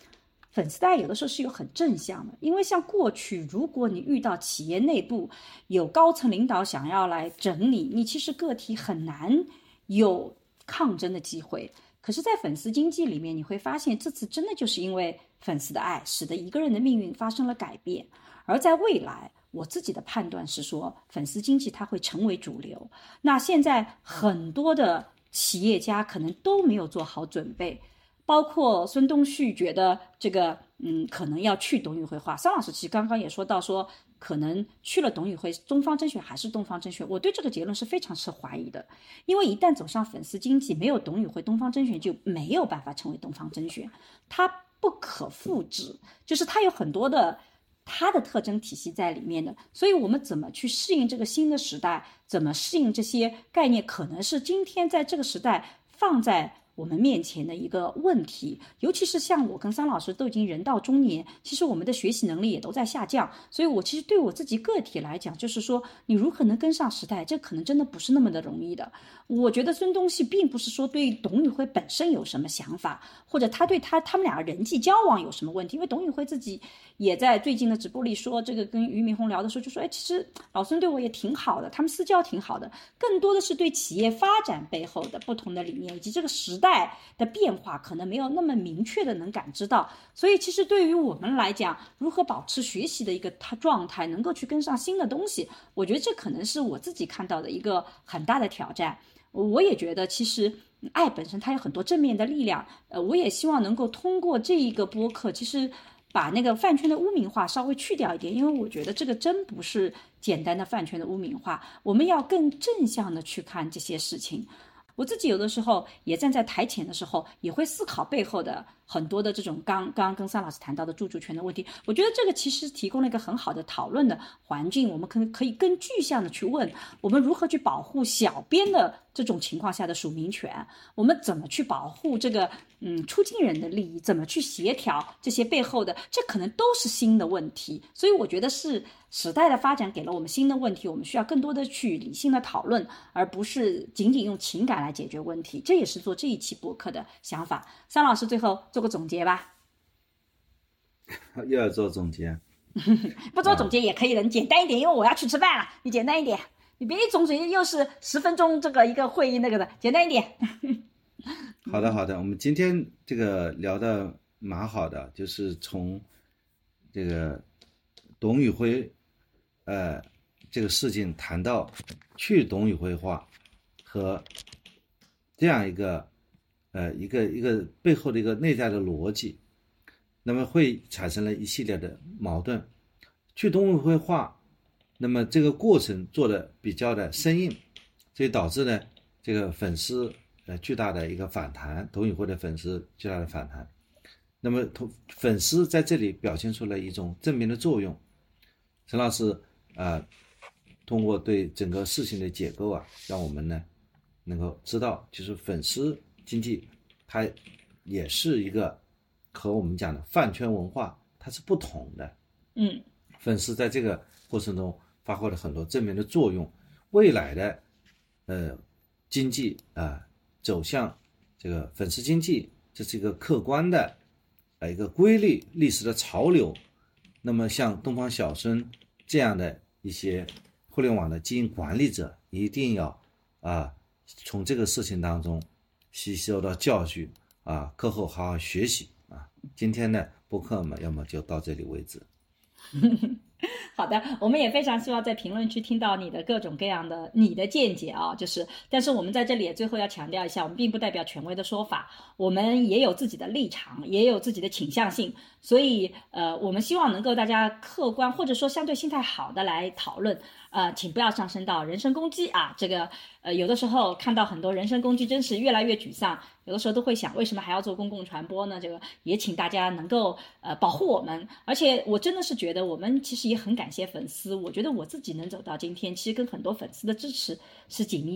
粉丝的爱有的时候是有很正向的，因为像过去，如果你遇到企业内部有高层领导想要来整理，你其实个体很难有抗争的机会。可是在粉丝经济里面，你会发现这次真的就是因为粉丝的爱，使得一个人的命运发生了改变。而在未来，我自己的判断是说，粉丝经济它会成为主流。那现在很多的企业家可能都没有做好准备，包括孙东旭觉得这个嗯可能要去董宇辉化，桑老师其实刚刚也说到说，可能去了董宇辉，东方甄选还是东方甄选，我对这个结论是非常持怀疑的，因为一旦走上粉丝经济，没有董宇辉，东方甄选就没有办法成为东方甄选，它不可复制，就是它有很多的它的特征体系在里面的，所以我们怎么去适应这个新的时代，怎么适应这些概念，可能是今天在这个时代放在我们面前的一个问题。尤其是像我跟桑老师都已经人到中年，其实我们的学习能力也都在下降，所以我其实对我自己个体来讲，就是说你如何能跟上时代，这可能真的不是那么的容易的。我觉得孙东旭并不是说对董宇辉本身有什么想法，或者他对他他们俩人际交往有什么问题，因为董宇辉自己也在最近的直播里说，这个跟俞敏洪聊的时候就说，哎，其实老孙对我也挺好的，他们私交挺好的，更多的是对企业发展背后的不同的理念以及这个时代的变化可能没有那么明确的能感知到。所以其实对于我们来讲，如何保持学习的一个状态，能够去跟上新的东西，我觉得这可能是我自己看到的一个很大的挑战。我也觉得其实爱本身它有很多正面的力量，呃，我也希望能够通过这一个播客，其实把那个饭圈的污名化稍微去掉一点，因为我觉得这个真不是简单的饭圈的污名化，我们要更正向的去看这些事情。我自己有的时候也站在台前的时候，也会思考背后的很多的这种刚刚刚跟桑老师谈到的著作权的问题。我觉得这个其实提供了一个很好的讨论的环境，我们可可以更具象的去问，我们如何去保护小编的这种情况下的署名权，我们怎么去保护这个嗯出境人的利益，怎么去协调这些背后的，这可能都是新的问题。所以我觉得是时代的发展给了我们新的问题，我们需要更多的去理性的讨论，而不是仅仅用情感来解决问题。这也是做这一期播客的想法。桑老师最后做个总结吧。 又要做总结？ 不做总结也可以的，你简单一点，因为我要去吃饭了，你简单一点，你别一总结又是十分钟这个一个会议那个的，简单一点。 好的好的，我们今天这个聊的蛮好的，就是从这个董宇辉呃这个事情谈到去董宇辉化和这样一个呃一个一个背后的一个内在的逻辑，那么会产生了一系列的矛盾。去董宇辉化，那么这个过程做的比较的生硬，所以导致呢这个粉丝呃巨大的一个反弹，董宇辉的粉丝巨大的反弹。那么粉丝在这里表现出了一种正面的作用。陈老师啊、呃，通过对整个事情的解构啊，让我们呢能够知道，就是粉丝经济它也是一个和我们讲的饭圈文化它是不同的。 嗯， 粉丝在这个过程中发挥了很多正面的作用。未来的呃经济啊、呃、走向这个粉丝经济，这是一个客观的呃一个规律，历史的潮流。那么像东方小孙这样的一些互联网的经营管理者，一定要啊从这个事情当中吸收到教训啊，课后好好学习啊。今天的播客嘛，要么就到这里为止。 好的，我们也非常希望在评论区听到你的各种各样的你的见解啊，就是，但是我们在这里也最后要强调一下，我们并不代表权威的说法，我们也有自己的立场，也有自己的倾向性，所以呃，我们希望能够大家客观或者说相对心态好的来讨论，呃，请不要上升到人身攻击啊，这个呃，有的时候看到很多人身攻击，真是越来越沮丧，有的时候都会想，为什么还要做公共传播呢？这个也请大家能够呃保护我们，而且我真的是觉得我们其实也很感谢粉丝，我觉得我自己能走到今天，其实跟很多粉丝的支持是紧密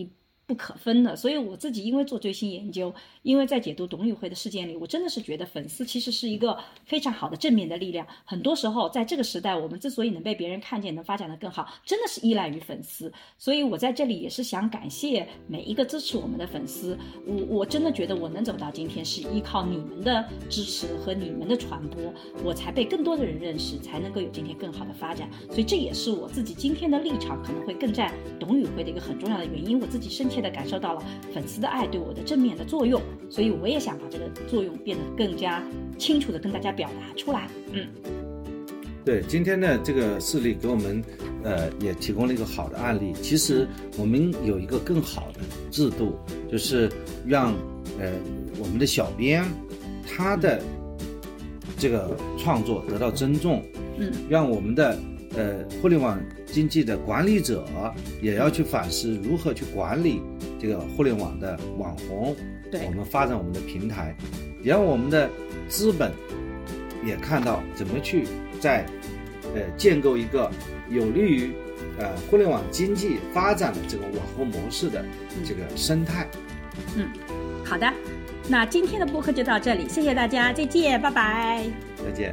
不可分的。所以我自己因为做追星研究，因为在解读董宇辉的事件里，我真的是觉得粉丝其实是一个非常好的正面的力量。很多时候在这个时代，我们之所以能被别人看见，能发展得更好，真的是依赖于粉丝。所以我在这里也是想感谢每一个支持我们的粉丝，我我真的觉得我能走到今天是依靠你们的支持和你们的传播，我才被更多的人认识，才能够有今天更好的发展。所以这也是我自己今天的立场可能会更占董宇辉的一个很重要的原因。我自己深切的感受到了粉丝的爱对我的正面的作用，所以我也想把这个作用变得更加清楚的跟大家表达出来。嗯， 对，今天的这个事例给我们呃也提供了一个好的案例。其实我们有一个更好的制度，就是让呃我们的小编他的这个创作得到尊重， 嗯，让我们的呃互联网经济的管理者也要去反思如何去管理这个互联网的网红， 对， 我们发展我们的平台，也让我们的资本也看到怎么去在呃建构一个有利于呃互联网经济发展的这个网红模式的这个生态。 嗯，好的，那今天的播客就到这里，谢谢大家，再见，拜拜， 再见。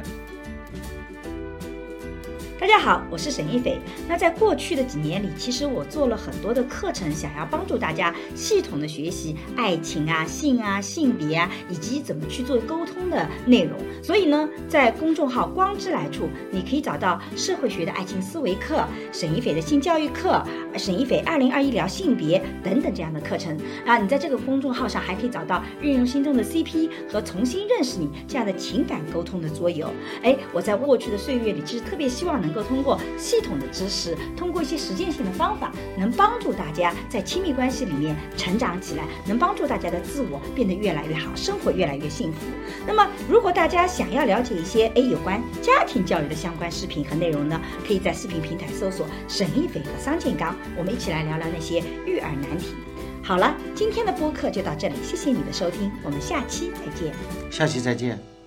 大家好，我是沈一斐。那在过去的几年里，其实我做了很多的课程，想要帮助大家系统的学习爱情啊、性啊、性别啊，以及怎么去做沟通的内容。所以呢，在公众号光之来处，你可以找到社会学的爱情思维课、沈一斐的性教育课、沈一斐二零二一聊性别等等这样的课程啊。你在这个公众号上还可以找到运用心中的 C P 和重新认识你这样的情感沟通的桌游。哎，我在过去的岁月里，其实特别希望能能够通过系统的知识，通过一些实践性的方法，能帮助大家在亲密关系里面成长起来，能帮助大家的自我变得越来越好，生活越来越幸福。那么如果大家想要了解一些诶有关家庭教育的相关视频和内容呢，可以在视频平台搜索沈一斐和桑建刚，我们一起来聊聊那些育儿难题。好了，今天的播客就到这里，谢谢你的收听，我们下期再见。 下期再见。